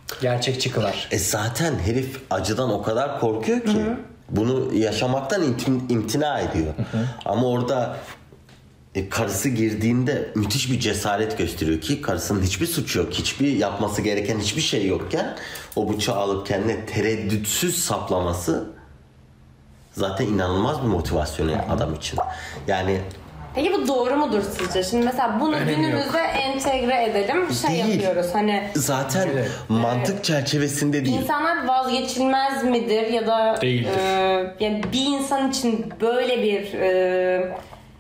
Gerçekçi kılar. E zaten herif acıdan o kadar korkuyor ki Hı-hı. bunu yaşamaktan imtin, imtina ediyor. Hı-hı. Ama orada e, karısı girdiğinde müthiş bir cesaret gösteriyor ki karısının hiçbir suçu yok. Hiçbir yapması gereken hiçbir şey yokken o bıçağı alıp kendine tereddütsüz saplaması zaten inanılmaz bir motivasyon yani adam için. Yani peki bu doğru mudur sizce? Şimdi mesela bunu Önemi günümüzde yok. entegre edelim, şey Değil. yapıyoruz hani. Zaten Evet. mantık çerçevesinde değil. İnsanlar vazgeçilmez midir ya da Değildir. e, yani bir insan için böyle bir e,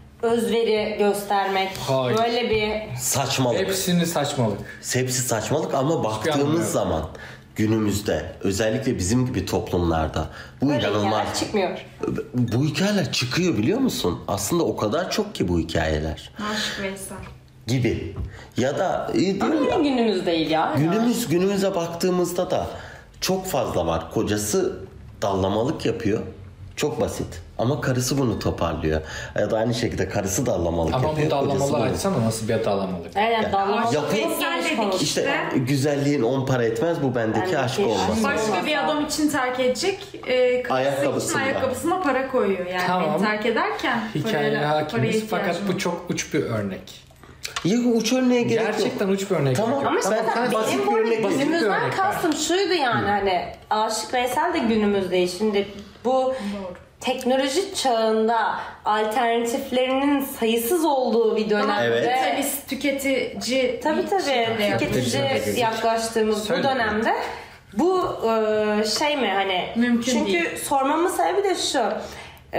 özveri göstermek, Hayır. böyle bir Saçmalık. Hepsini saçmalık. Hepsi saçmalık ama baktığımız anlamı zaman günümüzde özellikle bizim gibi toplumlarda bu böyle inanılmaz. hikayeler çıkmıyor. Bu hikayeler çıkıyor biliyor musun? Aslında o kadar çok ki bu hikayeler Aşk Veysel. gibi. Ya da e, Ama diyor ya, yine günümüz değil ya. günümüz günümüze baktığımızda da çok fazla var. Kocası dallamalık yapıyor. Çok basit. Ama karısı bunu toparlıyor. Ya da aynı şekilde karısı dallamalık Ama yapıyor. bu kocası dallamalı bunu- açsana nasıl bir dallamalık. Evet, Yani dallamalık yapı- çok geniş konu. İşte güzelliğin on para etmez, bu bendeki Bendeki aşk aşk olmaz. Başka bir adam için terk edecek, e, karısı için Ayakkabısında. ayakkabısına para koyuyor. Yani Tamam. beni terk ederken Hikayeye parayla, paraya hakimiz fakat ihtiyacım bu var. çok uç bir örnek. Ya uç örneğe gerek yok. Gerçekten uç bir örnek. Tamam. Ama işte Ben- mesela ben basit benim bir bu arada örnek- basit bir günümüzden örnek kastım şuydu yani hani Aşık Veysel de günümüzde. Şimdi bu teknoloji çağında alternatiflerinin sayısız olduğu bir dönemde Evet. Kapitalist, tüketici tabii bir tabii şekilde tüketici yapıyoruz. yaklaştığımız Söyle. bu dönemde bu e, şey mi hani Mümkün çünkü değil. sormamın sebebi de şu e,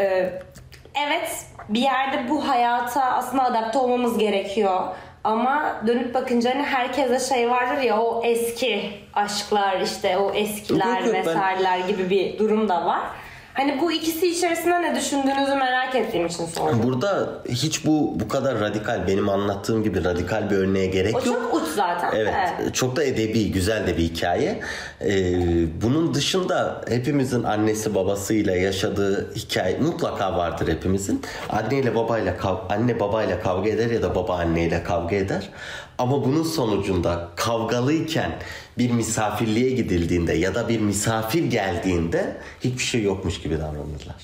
evet bir yerde bu hayata aslında adapte olmamız gerekiyor ama dönüp bakınca hani herkese şey vardır ya o eski aşklar işte o eskiler Yok, yok, ben- vesaireler gibi bir durum da var. Hani bu ikisi içerisinde ne düşündüğünüzü merak ettiğim için sordum. Burada hiç bu bu kadar radikal, benim anlattığım gibi radikal bir örneğe gerek O yok. çok uç zaten. Evet, çok da edebi, güzel de bir hikaye. Ee, bunun dışında hepimizin annesi babasıyla yaşadığı hikaye mutlaka vardır hepimizin. Anneyle babayla kav- anne babayla kavga eder ya da baba anneyle kavga eder. Ama bunun sonucunda kavgalıyken bir misafirliğe gidildiğinde ya da bir misafir geldiğinde hiçbir şey yokmuş gibi davranırlar.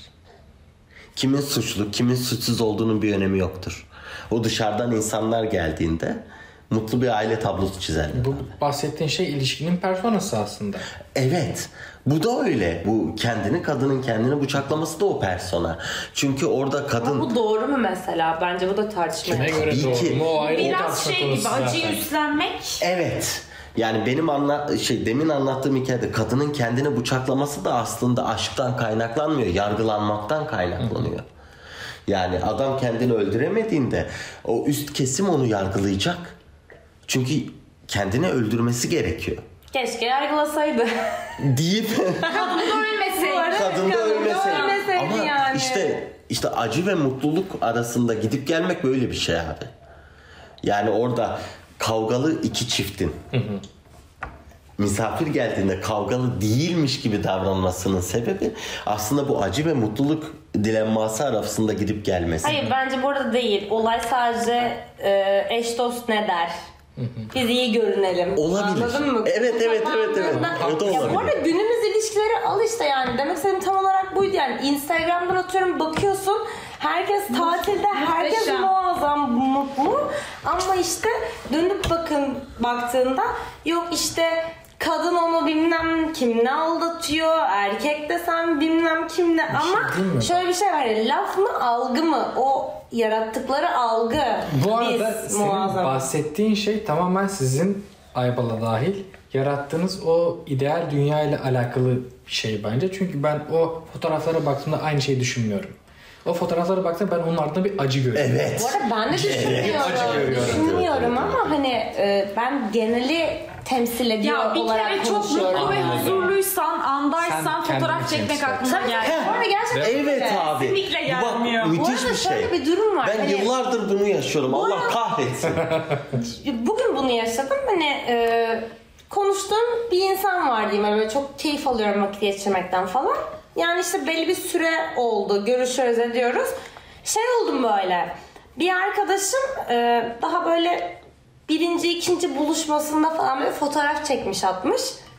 Kimin suçlu, kimin suçsuz olduğunun bir önemi yoktur. O dışarıdan insanlar geldiğinde mutlu bir aile tablosu çizerler. Bu bahsettiğin şey ilişkinin personası aslında. Evet. Bu da öyle. Bu kendini, kadının kendini bıçaklaması da o persona. Çünkü orada kadın... Ama bu doğru mu mesela? Bence bu da tartışmaya. Ne göre Tabii doğru ki. mu? O ayrı o Biraz tartışma şey konusu gibi acıyı zaten. üstlenmek. Evet. Yani benim anla şey demin anlattığım hikayede kadının kendini bıçaklaması da aslında aşktan kaynaklanmıyor. Yargılanmaktan kaynaklanıyor. Yani adam kendini öldüremediğinde o üst kesim onu yargılayacak. Çünkü kendini öldürmesi gerekiyor. Keşke yargılasaydı. Deyip Kadın da ölmeseydi. kadın da ölmeseydi. ölmeseydi Ama yani. işte işte acı ve mutluluk arasında gidip gelmek böyle bir şey abi. Yani orada kavgalı iki çiftin misafir geldiğinde kavgalı değilmiş gibi davranmasının sebebi aslında bu acı ve mutluluk dilemması arasında gidip gelmesi. Hayır bence bu arada değil. Olay sadece e, eş dost ne der? Biz iyi görünelim. Olabilir. Anladın mı? Evet, evet, evet, evet. O da Ya bu olabilir. arada günümüz ilişkileri al işte yani. Demek istediğim tam olarak buydu yani. Instagram'dan atıyorum bakıyorsun. Herkes tatilde, herkes Muhteşem. muazzam mutlu. Ama işte dönüp bakın baktığında yok işte kadın onu bilmem kim ne aldatıyor, erkek de sen bilmem kim ne. Ama değil mi? şöyle bir şey var ya, laf mı algı mı? O yarattıkları algı. Bu arada Biz senin muazzam. bahsettiğin şey tamamen sizin Aybal'a dahil yarattığınız o ideal dünya ile alakalı bir şey bence. Çünkü ben o fotoğraflara baktığımda aynı şeyi düşünmüyorum. O fotoğraflara baktığımda ben onun ardında bir acı görüyorum. Evet. Bu arada ben de acı düşünmüyorum. görüyorum. Düşünmüyorum Evet, evet, ama hani e, ben geneli temsil ediyor Ya bir olarak kere çok konuşuyorum. mutlu ve Anladım. huzurluysan, andaysan Sen kendini fotoğraf çekmek temsil et. aklına gelmiyor. Bu arada gerçekten Evet öyle. abi. Kesinlikle Bu bak, gelmiyor. Bu müthiş arada bir şey. şöyle bir durum var. Ben Hani yıllardır bunu yaşıyorum. Allah kahretsin. bugün bunu yaşadım. Hani e, konuştuğum bir insan var diyeyim. Böyle çok keyif alıyorum vakit geçirmekten falan. Yani işte belli bir süre oldu. Görüşüyoruz ediyoruz. Şey oldum böyle. Bir arkadaşım e, daha böyle birinci, ikinci buluşmasında falan böyle fotoğraf çekmiş atmış.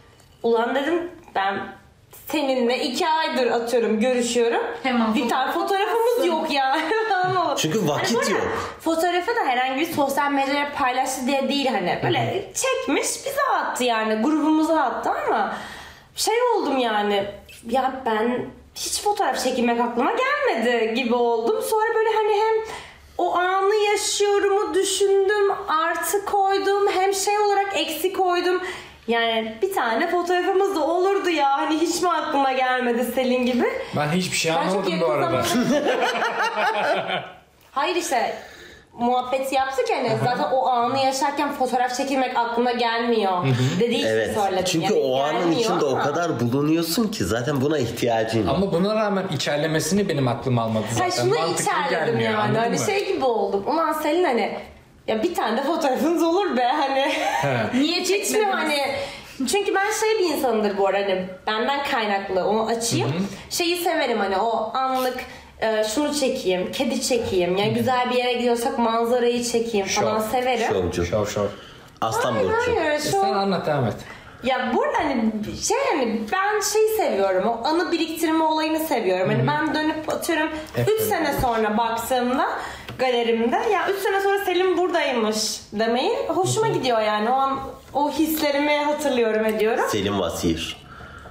ulan dedim ben seninle iki aydır atıyorum görüşüyorum. Hemen bir tane fotoğrafımız yok ya. Çünkü vakit hani yok. Fotoğrafı da herhangi bir sosyal medyaya paylaştı diye değil hani. Böyle çekmiş bize attı yani. Grubumuza attı ama şey oldum yani. Ya ben hiç fotoğraf çekilmek aklıma gelmedi gibi oldum. Sonra böyle hani hem o anı yaşıyorumu düşündüm, artı koydum, hem şey olarak eksi koydum. Yani bir tane fotoğrafımız da olurdu ya. Hani hiç mi aklıma gelmedi Selin gibi? Ben hiçbir şey Ben anlamadım çok bu yakın arada. zamanda- Hayır işte muhabbeti yaptık yani zaten o anı yaşarken fotoğraf çekilmek aklıma gelmiyor dediği için Evet. söyledim. Çünkü Yani o anın gelmiyor içinde ama. o kadar bulunuyorsun ki zaten buna ihtiyacın yok. Ama buna rağmen içerlemesini benim aklım almadı zaten. Hayır şunu Mantıklı içerledim gelmiyor, yani anladın hani mı? şey gibi oldum. Ulan Selin hani ya bir tane de fotoğrafınız olur be hani. He. Niye Hiç mi çekmediniz? hani çünkü ben şey bir insanımdır bu arada hani benden kaynaklı onu açayım. Şeyi severim hani o anlık e, şunu çekeyim, kedi çekeyim. Yani güzel bir yere gidiyorsak manzarayı çekeyim falan Şov. severim. Şovcu. Şov şov. Aslan Hayır burcu. hayır E şu sen anlat devam et. ya burada hani şey hani ben şeyi seviyorum o anı biriktirme olayını seviyorum. Hani ben dönüp atıyorum Hep üç öyle. sene sonra baktığımda galerimde ya üç sene sonra Selim buradaymış demeyi hoşuma gidiyor yani o an o hislerimi hatırlıyorum ediyorum. Selim Vasir.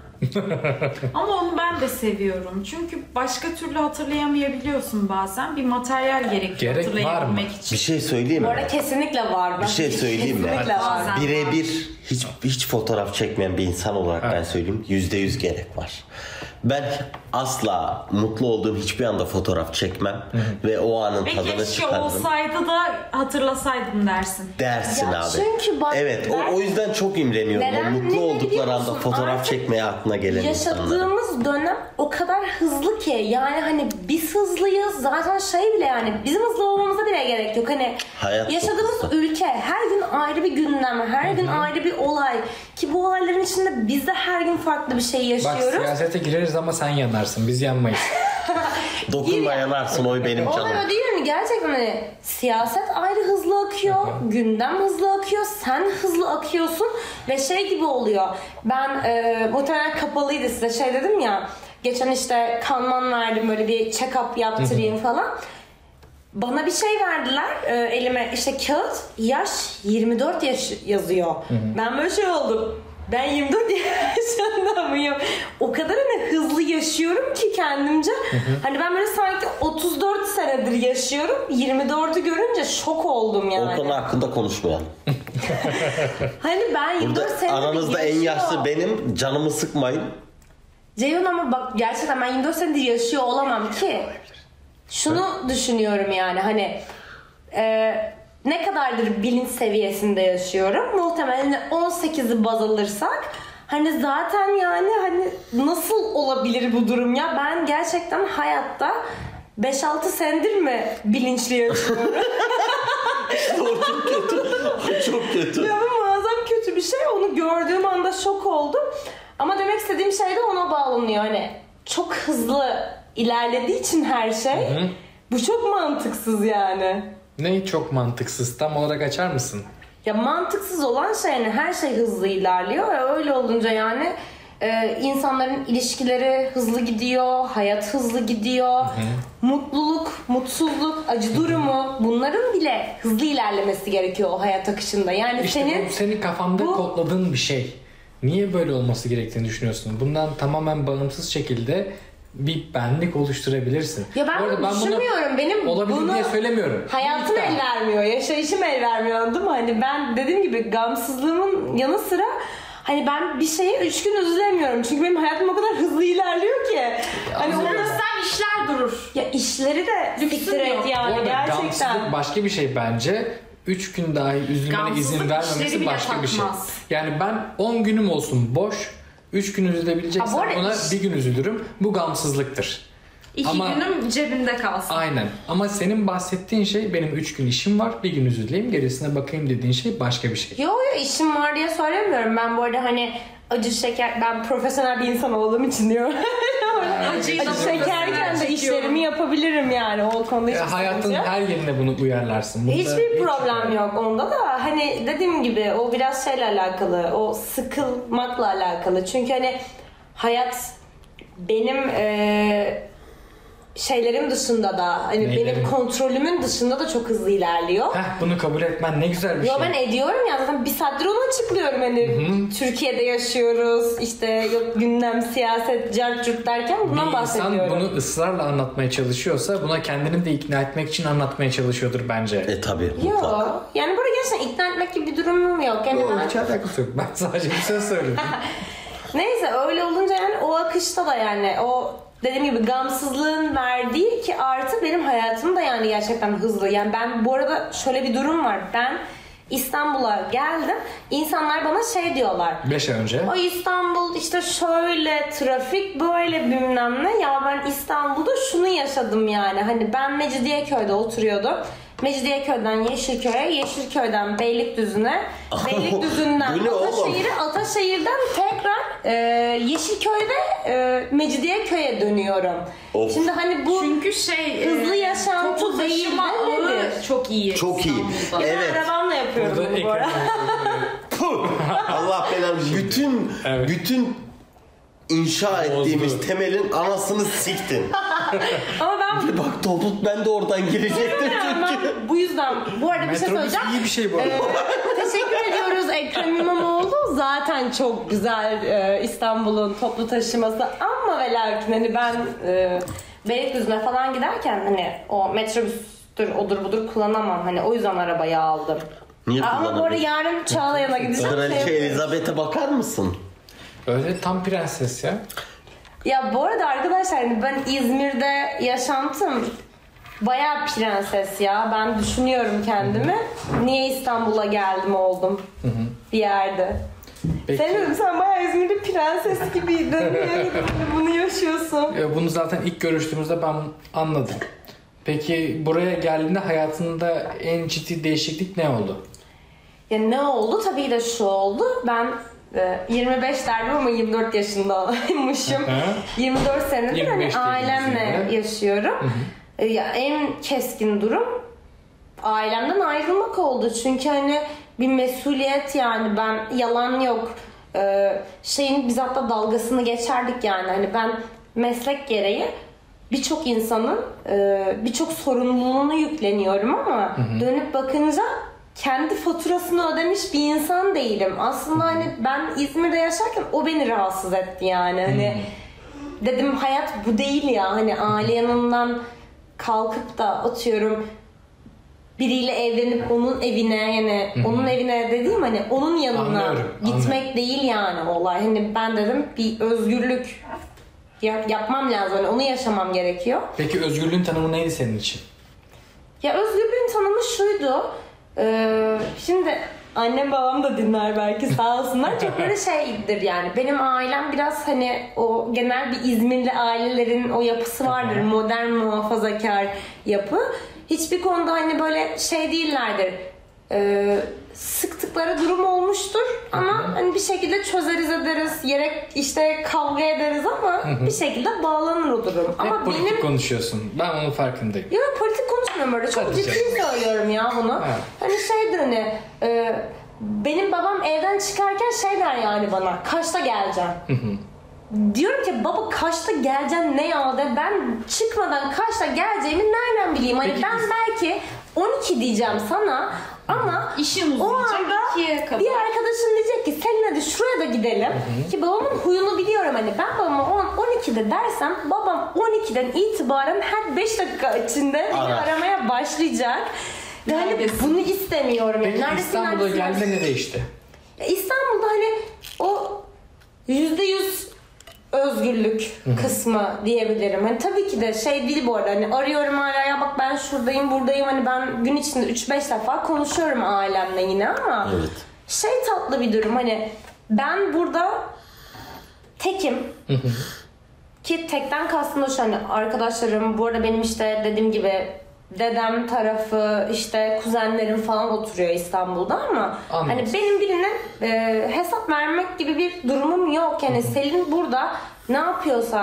Ama onu ben de seviyorum. Çünkü başka türlü hatırlayamayabiliyorsun bazen. Bir materyal gerekiyor Gerek var hatırlayabilmek mı? için. Bir şey söyleyeyim Bu mi? arada kesinlikle var. Bir şey söyleyeyim mi? Kesinlikle var. Bazen. Birebir hiç hiç fotoğraf çekmeyen bir insan olarak ben söyleyeyim. Yüzde yüz gerek var. Ben asla mutlu olduğum hiçbir anda fotoğraf çekmem ve o anın Ve tadını keşke çıkarırım. olsaydı da hatırlasaydım dersin. Dersin Ya abi. çünkü bak evet ben- o, o yüzden çok imreniyorum. Neden? O mutlu Ne oldukları biliyor anda musun? fotoğraf Artık çekmeye aklına gelen insanlara. yaşadığımız dönem o kadar hızlı ki yani hani biz hızlıyız zaten şey bile yani bizim hızlı olmamıza bile gerek yok hani Hayat çok yaşadığımız hızlı. ülke her gün ayrı bir gündem her gün ayrı bir olay ki bu olayların içinde biz de her gün farklı bir şey Bak yaşıyoruz. siyasete gireriz ama sen yanarsın. Biz yanmayız. Dokunma yanarsın oy benim canım. Olay o değil mi? Gerçekten hani siyaset ayrı hızlı akıyor, gündem hızlı akıyor, sen hızlı akıyorsun ve şey gibi oluyor. Ben e, muhtemelen kapalıydı size şey dedim ya, geçen işte kanman verdim böyle bir check-up yaptırayım falan. Bana bir şey verdiler e, elime işte kağıt, yaş yirmi dört yaş yazıyor. Ben böyle şey oldum. Ben yirmi dört yaşında mıyım? O kadar hani hızlı yaşıyorum ki kendimce. Hani ben böyle sanki otuz dört senedir yaşıyorum. yirmi dördü görünce şok oldum yani. O konu hakkında konuşmayalım. Hani ben yirmi dört Burada senedir aranızda en yaşıyor. yaşlı benim. Canımı sıkmayın. Ceyhun ama bak gerçekten ben yirmi dört senedir yaşıyor olamam ki. Şunu düşünüyorum yani hani e, ne kadardır bilinç seviyesinde yaşıyorum. Muhtemelen on sekizi baz alırsak hani zaten yani hani nasıl olabilir bu durum ya? Ben gerçekten hayatta beş altı senedir mi bilinçli yaşıyorum? O çok kötü. O çok kötü. Ya bu muazzam kötü bir şey. Onu gördüğüm anda şok oldum. Ama demek istediğim şey de ona bağlanıyor. Hani çok hızlı ilerlediği için her şey. Bu çok mantıksız yani. Ne çok mantıksız. Tam olarak açar mısın? Ya mantıksız olan şey hani her şey hızlı ilerliyor. Ve öyle olunca yani e, insanların ilişkileri hızlı gidiyor. Hayat hızlı gidiyor. Mutluluk, mutsuzluk, acı durumu bunların bile hızlı ilerlemesi gerekiyor o hayat akışında. Yani İşte senin bu senin kafanda bu- kodladığın bir şey. Niye böyle olması gerektiğini düşünüyorsun? Bundan tamamen bağımsız şekilde bir benlik oluşturabilirsin. Ya ben Bu arada bunu düşünmüyorum. Benim olabilir bunu diye söylemiyorum. hayatım Lütfen. el vermiyor. Yaşayışım el vermiyor anladın mı? Hani ben dediğim gibi gamsızlığımın yanı sıra hani ben bir şeye üç gün üzülemiyorum. Çünkü benim hayatım o kadar hızlı ilerliyor ki. Hani Ama- orada Sen işler durur. ya işleri de Lüksün siktir et yok. Bu yani arada gerçekten. gamsızlık başka bir şey bence. üç gün dahi üzülmene Gamsızlık izin işleri vermemesi bile başka bir şey. takmaz. Yani ben on günüm olsun boş, üç gün Ha, bu üzülebileceksem arada ona iş- bir gün üzülürüm. Bu gamsızlıktır. İki Ama- günüm cebimde kalsın. Aynen. Ama senin bahsettiğin şey benim üç gün işim var, bir gün üzüleyim, gerisine bakayım dediğin şey başka bir şey. Yo yo işim var diye söylemiyorum. Ben bu arada hani acı şeker ben profesyonel bir insan olduğum için diyorum. Acıyı da Acı burada çekerken de çekiyorum. işlerimi yapabilirim yani o konuda hiçbir Ya hayatın sıkıntı yok. her yerine bunu uyarlarsın. Bunda Hiçbir hiç- problem yok onda da hani dediğim gibi o biraz şeyle alakalı, o sıkılmakla alakalı. Çünkü hani hayat benim e, şeylerim dışında da hani Neylerin? benim kontrolümün dışında da çok hızlı ilerliyor. Heh, bunu kabul etmen ne güzel bir Yo şey. ben ediyorum ya zaten bir saattir onu açıklıyorum hani Türkiye'de yaşıyoruz işte yok gündem siyaset cart curt derken bundan Bir insan bahsediyorum. bunu ısrarla anlatmaya çalışıyorsa buna kendini de ikna etmek için anlatmaya çalışıyordur bence. E tabi mutlaka. Yok yani burada gerçekten ikna etmek gibi bir durumum yok. Yani Yok, ben- hiç alakası yok. Ben sadece bir söz söyledim. Neyse öyle olunca yani o akışta da yani o dediğim gibi gamsızlığın verdiği ki artı benim hayatım da yani gerçekten hızlı. Yani ben bu arada şöyle bir durum var. Ben İstanbul'a geldim. İnsanlar bana şey diyorlar. Beş ay önce. O İstanbul işte şöyle trafik böyle bilmem ne. Ya ben İstanbul'da şunu yaşadım yani. Hani ben Mecidiyeköy'de oturuyordum. Mecidiyeköy'den Yeşilköy'e, Yeşilköy'den Beylikdüzü'ne, Beylikdüzü'nden Bu ne oğlum? Ataşehir'e, Ataşehir'den tekrar e, Yeşilköy'de e, Mecidiyeköy'e dönüyorum. Of. Şimdi hani bu Çünkü şey Hızlı e, yaşantı toplu değil taşıma de ağı nedir? çok iyi. Çok iyi. İstanbul'da. Evet. ben arabamla yapıyorum Burada bunu bu arada. ekran Puh! Allah belanı. Bütün Evet. bütün inşa ettiğimiz Bozdu. temelin anasını siktin. Ama ben Bir bak topuk ben de oradan girecektim çünkü. ben bu yüzden bu arada bir şey Metrobüs söyleyeceğim. iyi bir şey bu arada. Ee, teşekkür ediyoruz Ekrem İmamoğlu. Zaten çok güzel e, İstanbul'un toplu taşıması ama ve lakin hani ben e, Beylikdüzü'ne falan giderken hani o metrobüstür odur budur kullanamam. Hani o yüzden arabayı aldım. Niye Aa, ama bu arada kullanamıyorsun? yarın Çağlayan'a gideceğim. Kraliçe Şey- Elizabeth'e bakar mısın? Öyle tam prenses ya. Ya bu arada arkadaşlar hani ben İzmir'de yaşantım bayağı prenses ya. Ben düşünüyorum kendimi. Niye İstanbul'a geldim oldum bir yerde. Peki. Senin sen bayağı İzmir'de prenses gibiydin. Yani bunu yaşıyorsun. E, Bunu zaten ilk görüştüğümüzde ben anladım. Peki buraya geldiğinde hayatında en ciddi değişiklik ne oldu? Ya ne oldu? Tabii de şu oldu. Ben e, yirmi beş derdim ama yirmi dört yaşındaymışım. yirmi dört senedir yirmi hani beş ailemle dediğiniz yaşıyorum. E, Ya en keskin durum ailemden ayrılmak oldu. Çünkü hani bir mesuliyet yani ben yalan yok. E, şeyin biz hatta dalgasını geçerdik yani. Hani ben meslek gereği birçok insanın e, birçok sorumluluğunu yükleniyorum ama dönüp bakınca kendi faturasını ödemiş bir insan değilim. Aslında hani ben İzmir'de yaşarken o beni rahatsız etti yani. Hani dedim hayat bu değil ya. Hani aile yanından kalkıp da atıyorum biriyle evlenip onun evine yani onun evine dediğim hani onun yanına Anlıyorum, gitmek anlıyorum. değil yani olay. Hani ben dedim bir özgürlük ya- yapmam lazım. Hani onu yaşamam gerekiyor. Peki özgürlüğün tanımı neydi senin için? Ya özgürlüğün tanımı şuydu. Ee, şimdi annem babam da dinler belki sağ olsunlar. Çok böyle şeydir yani. Benim ailem biraz hani o genel bir İzmirli ailelerin o yapısı vardır. Modern muhafazakar yapı. Hiçbir konuda hani böyle şey değillerdir. Ee, sıktıkları durum olmuştur ama hani bir şekilde çözeriz ederiz. Gerek işte kavga ederiz ama bir şekilde bağlanır o durum. Ama Hep politik benim konuşuyorsun. Ben onun farkındayım. ya ben politik konuşmuyorum böyle. Çok Hadi ciddi canım. söylüyorum ya bunu. Evet. Hani şeydir hani e, benim babam evden çıkarken şey der yani bana. Kaçta geleceksin? Diyorum ki baba kaçta geleceksin ne ya de ben çıkmadan kaçta geleceğimi nereden bileyim? Hani Peki, ben biz- belki on iki diyeceğim sana ama İşin o uzayacak anda ikiye kadar. bir arkadaşın diyecek ki Selin hadi şuraya da gidelim. Ki babamın huyunu biliyorum hani ben babama on, on ikide dersem babam on ikiden itibaren her beş dakika içinde beni Arar. aramaya başlayacak. Ve hani Neredesin? bunu istemiyorum. Yani. Peki Neredesin, İstanbul'a neredesin, geldiğinde neredesin? ne değişti? Ya İstanbul'da hani o yüzde yüz özgürlük kısmı diyebilirim. Hani tabii ki de şey değil bu arada. Hani arıyorum hala ya bak ben şuradayım buradayım. Hani ben gün içinde üç beş defa konuşuyorum ailemle yine ama Evet. şey tatlı bir durum. Hani ben burada tekim. Ki tekten kastım da şu hani arkadaşlarım bu arada benim işte dediğim gibi dedem tarafı işte kuzenlerim falan oturuyor İstanbul'da ama Anladım. hani benim birine e, hesap vermek gibi bir durumum yok. Yani Selin burada ne yapıyorsa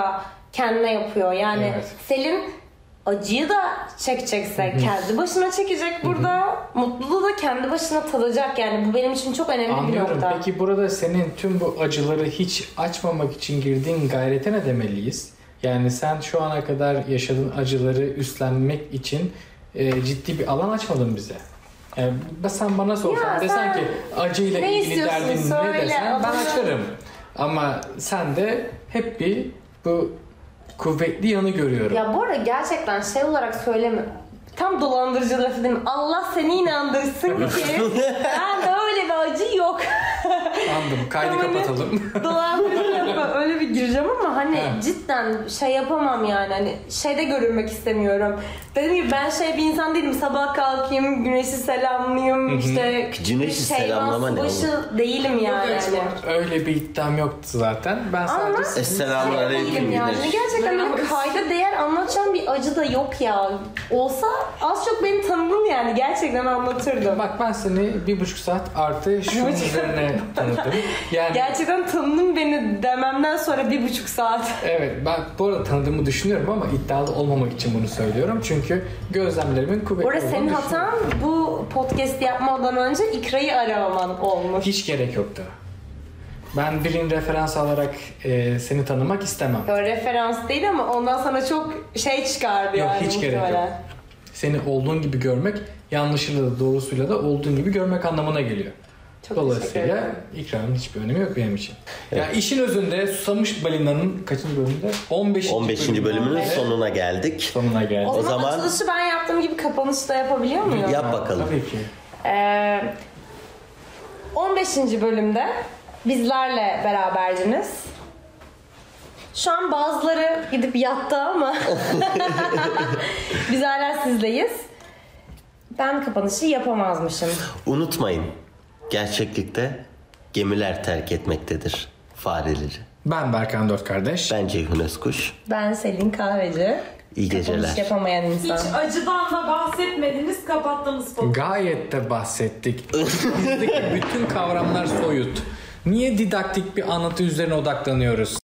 kendine yapıyor. Yani Evet. Selin acıyı da çekecekse kendi başına çekecek burada. Mutluluğu da kendi başına tadacak. Yani bu benim için çok önemli Anlıyorum. bir nokta. Peki burada senin tüm bu acıları hiç açmamak için girdiğin gayrete ne demeliyiz? Yani sen şu ana kadar yaşadığın acıları üstlenmek için e, ciddi bir alan açmadın bize. Yani sen bana sorsan Ya desen sen ki acıyla ne ilgili istiyorsun? derdin ne Söyle, desen ben adını- açarım. Ama sen de hep bir bu kuvvetli yanı görüyorum. Ya bu arada gerçekten şey olarak söyleme. Tam dolandırıcı lafı değil mi? Allah seni inandırsın ki ben de öyle bir acı yok. Anladım. Kaydı Tamam, kapatalım. Dolandırıcı lafı öyle bir gireceğim ama hani He. cidden şey yapamam yani. Hani şeyde görünmek istemiyorum. Dediğim gibi ben şey bir insan değilim. Sabah kalkayım, güneşi selamlayayım. işte küçük Güneşi bir şey selamlama ne başı değilim yani. Evet, hani. Öyle bir iddiam yoktu zaten. Ben sadece Ama sizin- Esselamu Şey aleyküm değilim yani. güneş. Gerçekten benim kayda değer anlatacağım bir acı da yok ya. Olsa az çok beni tanıdın yani. Gerçekten anlatırdım. Bak ben seni bir buçuk saat artı şunun üzerine tanıdım. Yani Gerçekten tanıdın beni dememden sonra bir buçuk saat. evet ben bu arada tanıdığımı düşünüyorum ama iddialı olmamak için bunu söylüyorum. Çünkü gözlemlerimin kuvvetli Orada olduğunu senin düşünüyorum. hatan bu podcast yapmadan önce İkra'yı aramaman olmuş. Hiç gerek yoktu. Ben birinin referans alarak e, seni tanımak istemem. Yo, referans değil ama ondan sonra çok şey çıkardı Yok yani. hiç gerek yok. muhtemelen. Seni olduğun gibi görmek yanlışıyla da doğrusuyla da olduğun gibi görmek anlamına geliyor. Çok teşekkür Dolayısıyla ederim. ikramın hiçbir önemi yok benim için. Ya işin özünde Susamış Balina'nın kaçıncı bölümünde? on beşinci on beşinci bölümünün Evet. sonuna geldik. sonuna geldi. O, O zaman, zaman- açılışı ben yaptığım gibi kapanışı da yapabiliyor muyum? Yap bakalım. Tabii ki. Ee, on beşinci bölümde bizlerle beraberdiniz. Şu an bazıları gidip yattı ama biz hala sizleyiz. Ben kapanışı yapamazmışım. Unutmayın. Gerçeklikte gemiler terk etmektedir fareleri. Ben Berkan Dört Kardeş. Ben Ceyhun Özkuş. Ben Selin Kahveci. İyi geceler. Kapanış yapamayan insan. Hiç acıdan da bahsetmediniz, kapattınız podcast. Gayet de bahsettik. Bizdeki bütün kavramlar soyut. Niye didaktik bir anlatı üzerine odaklanıyoruz?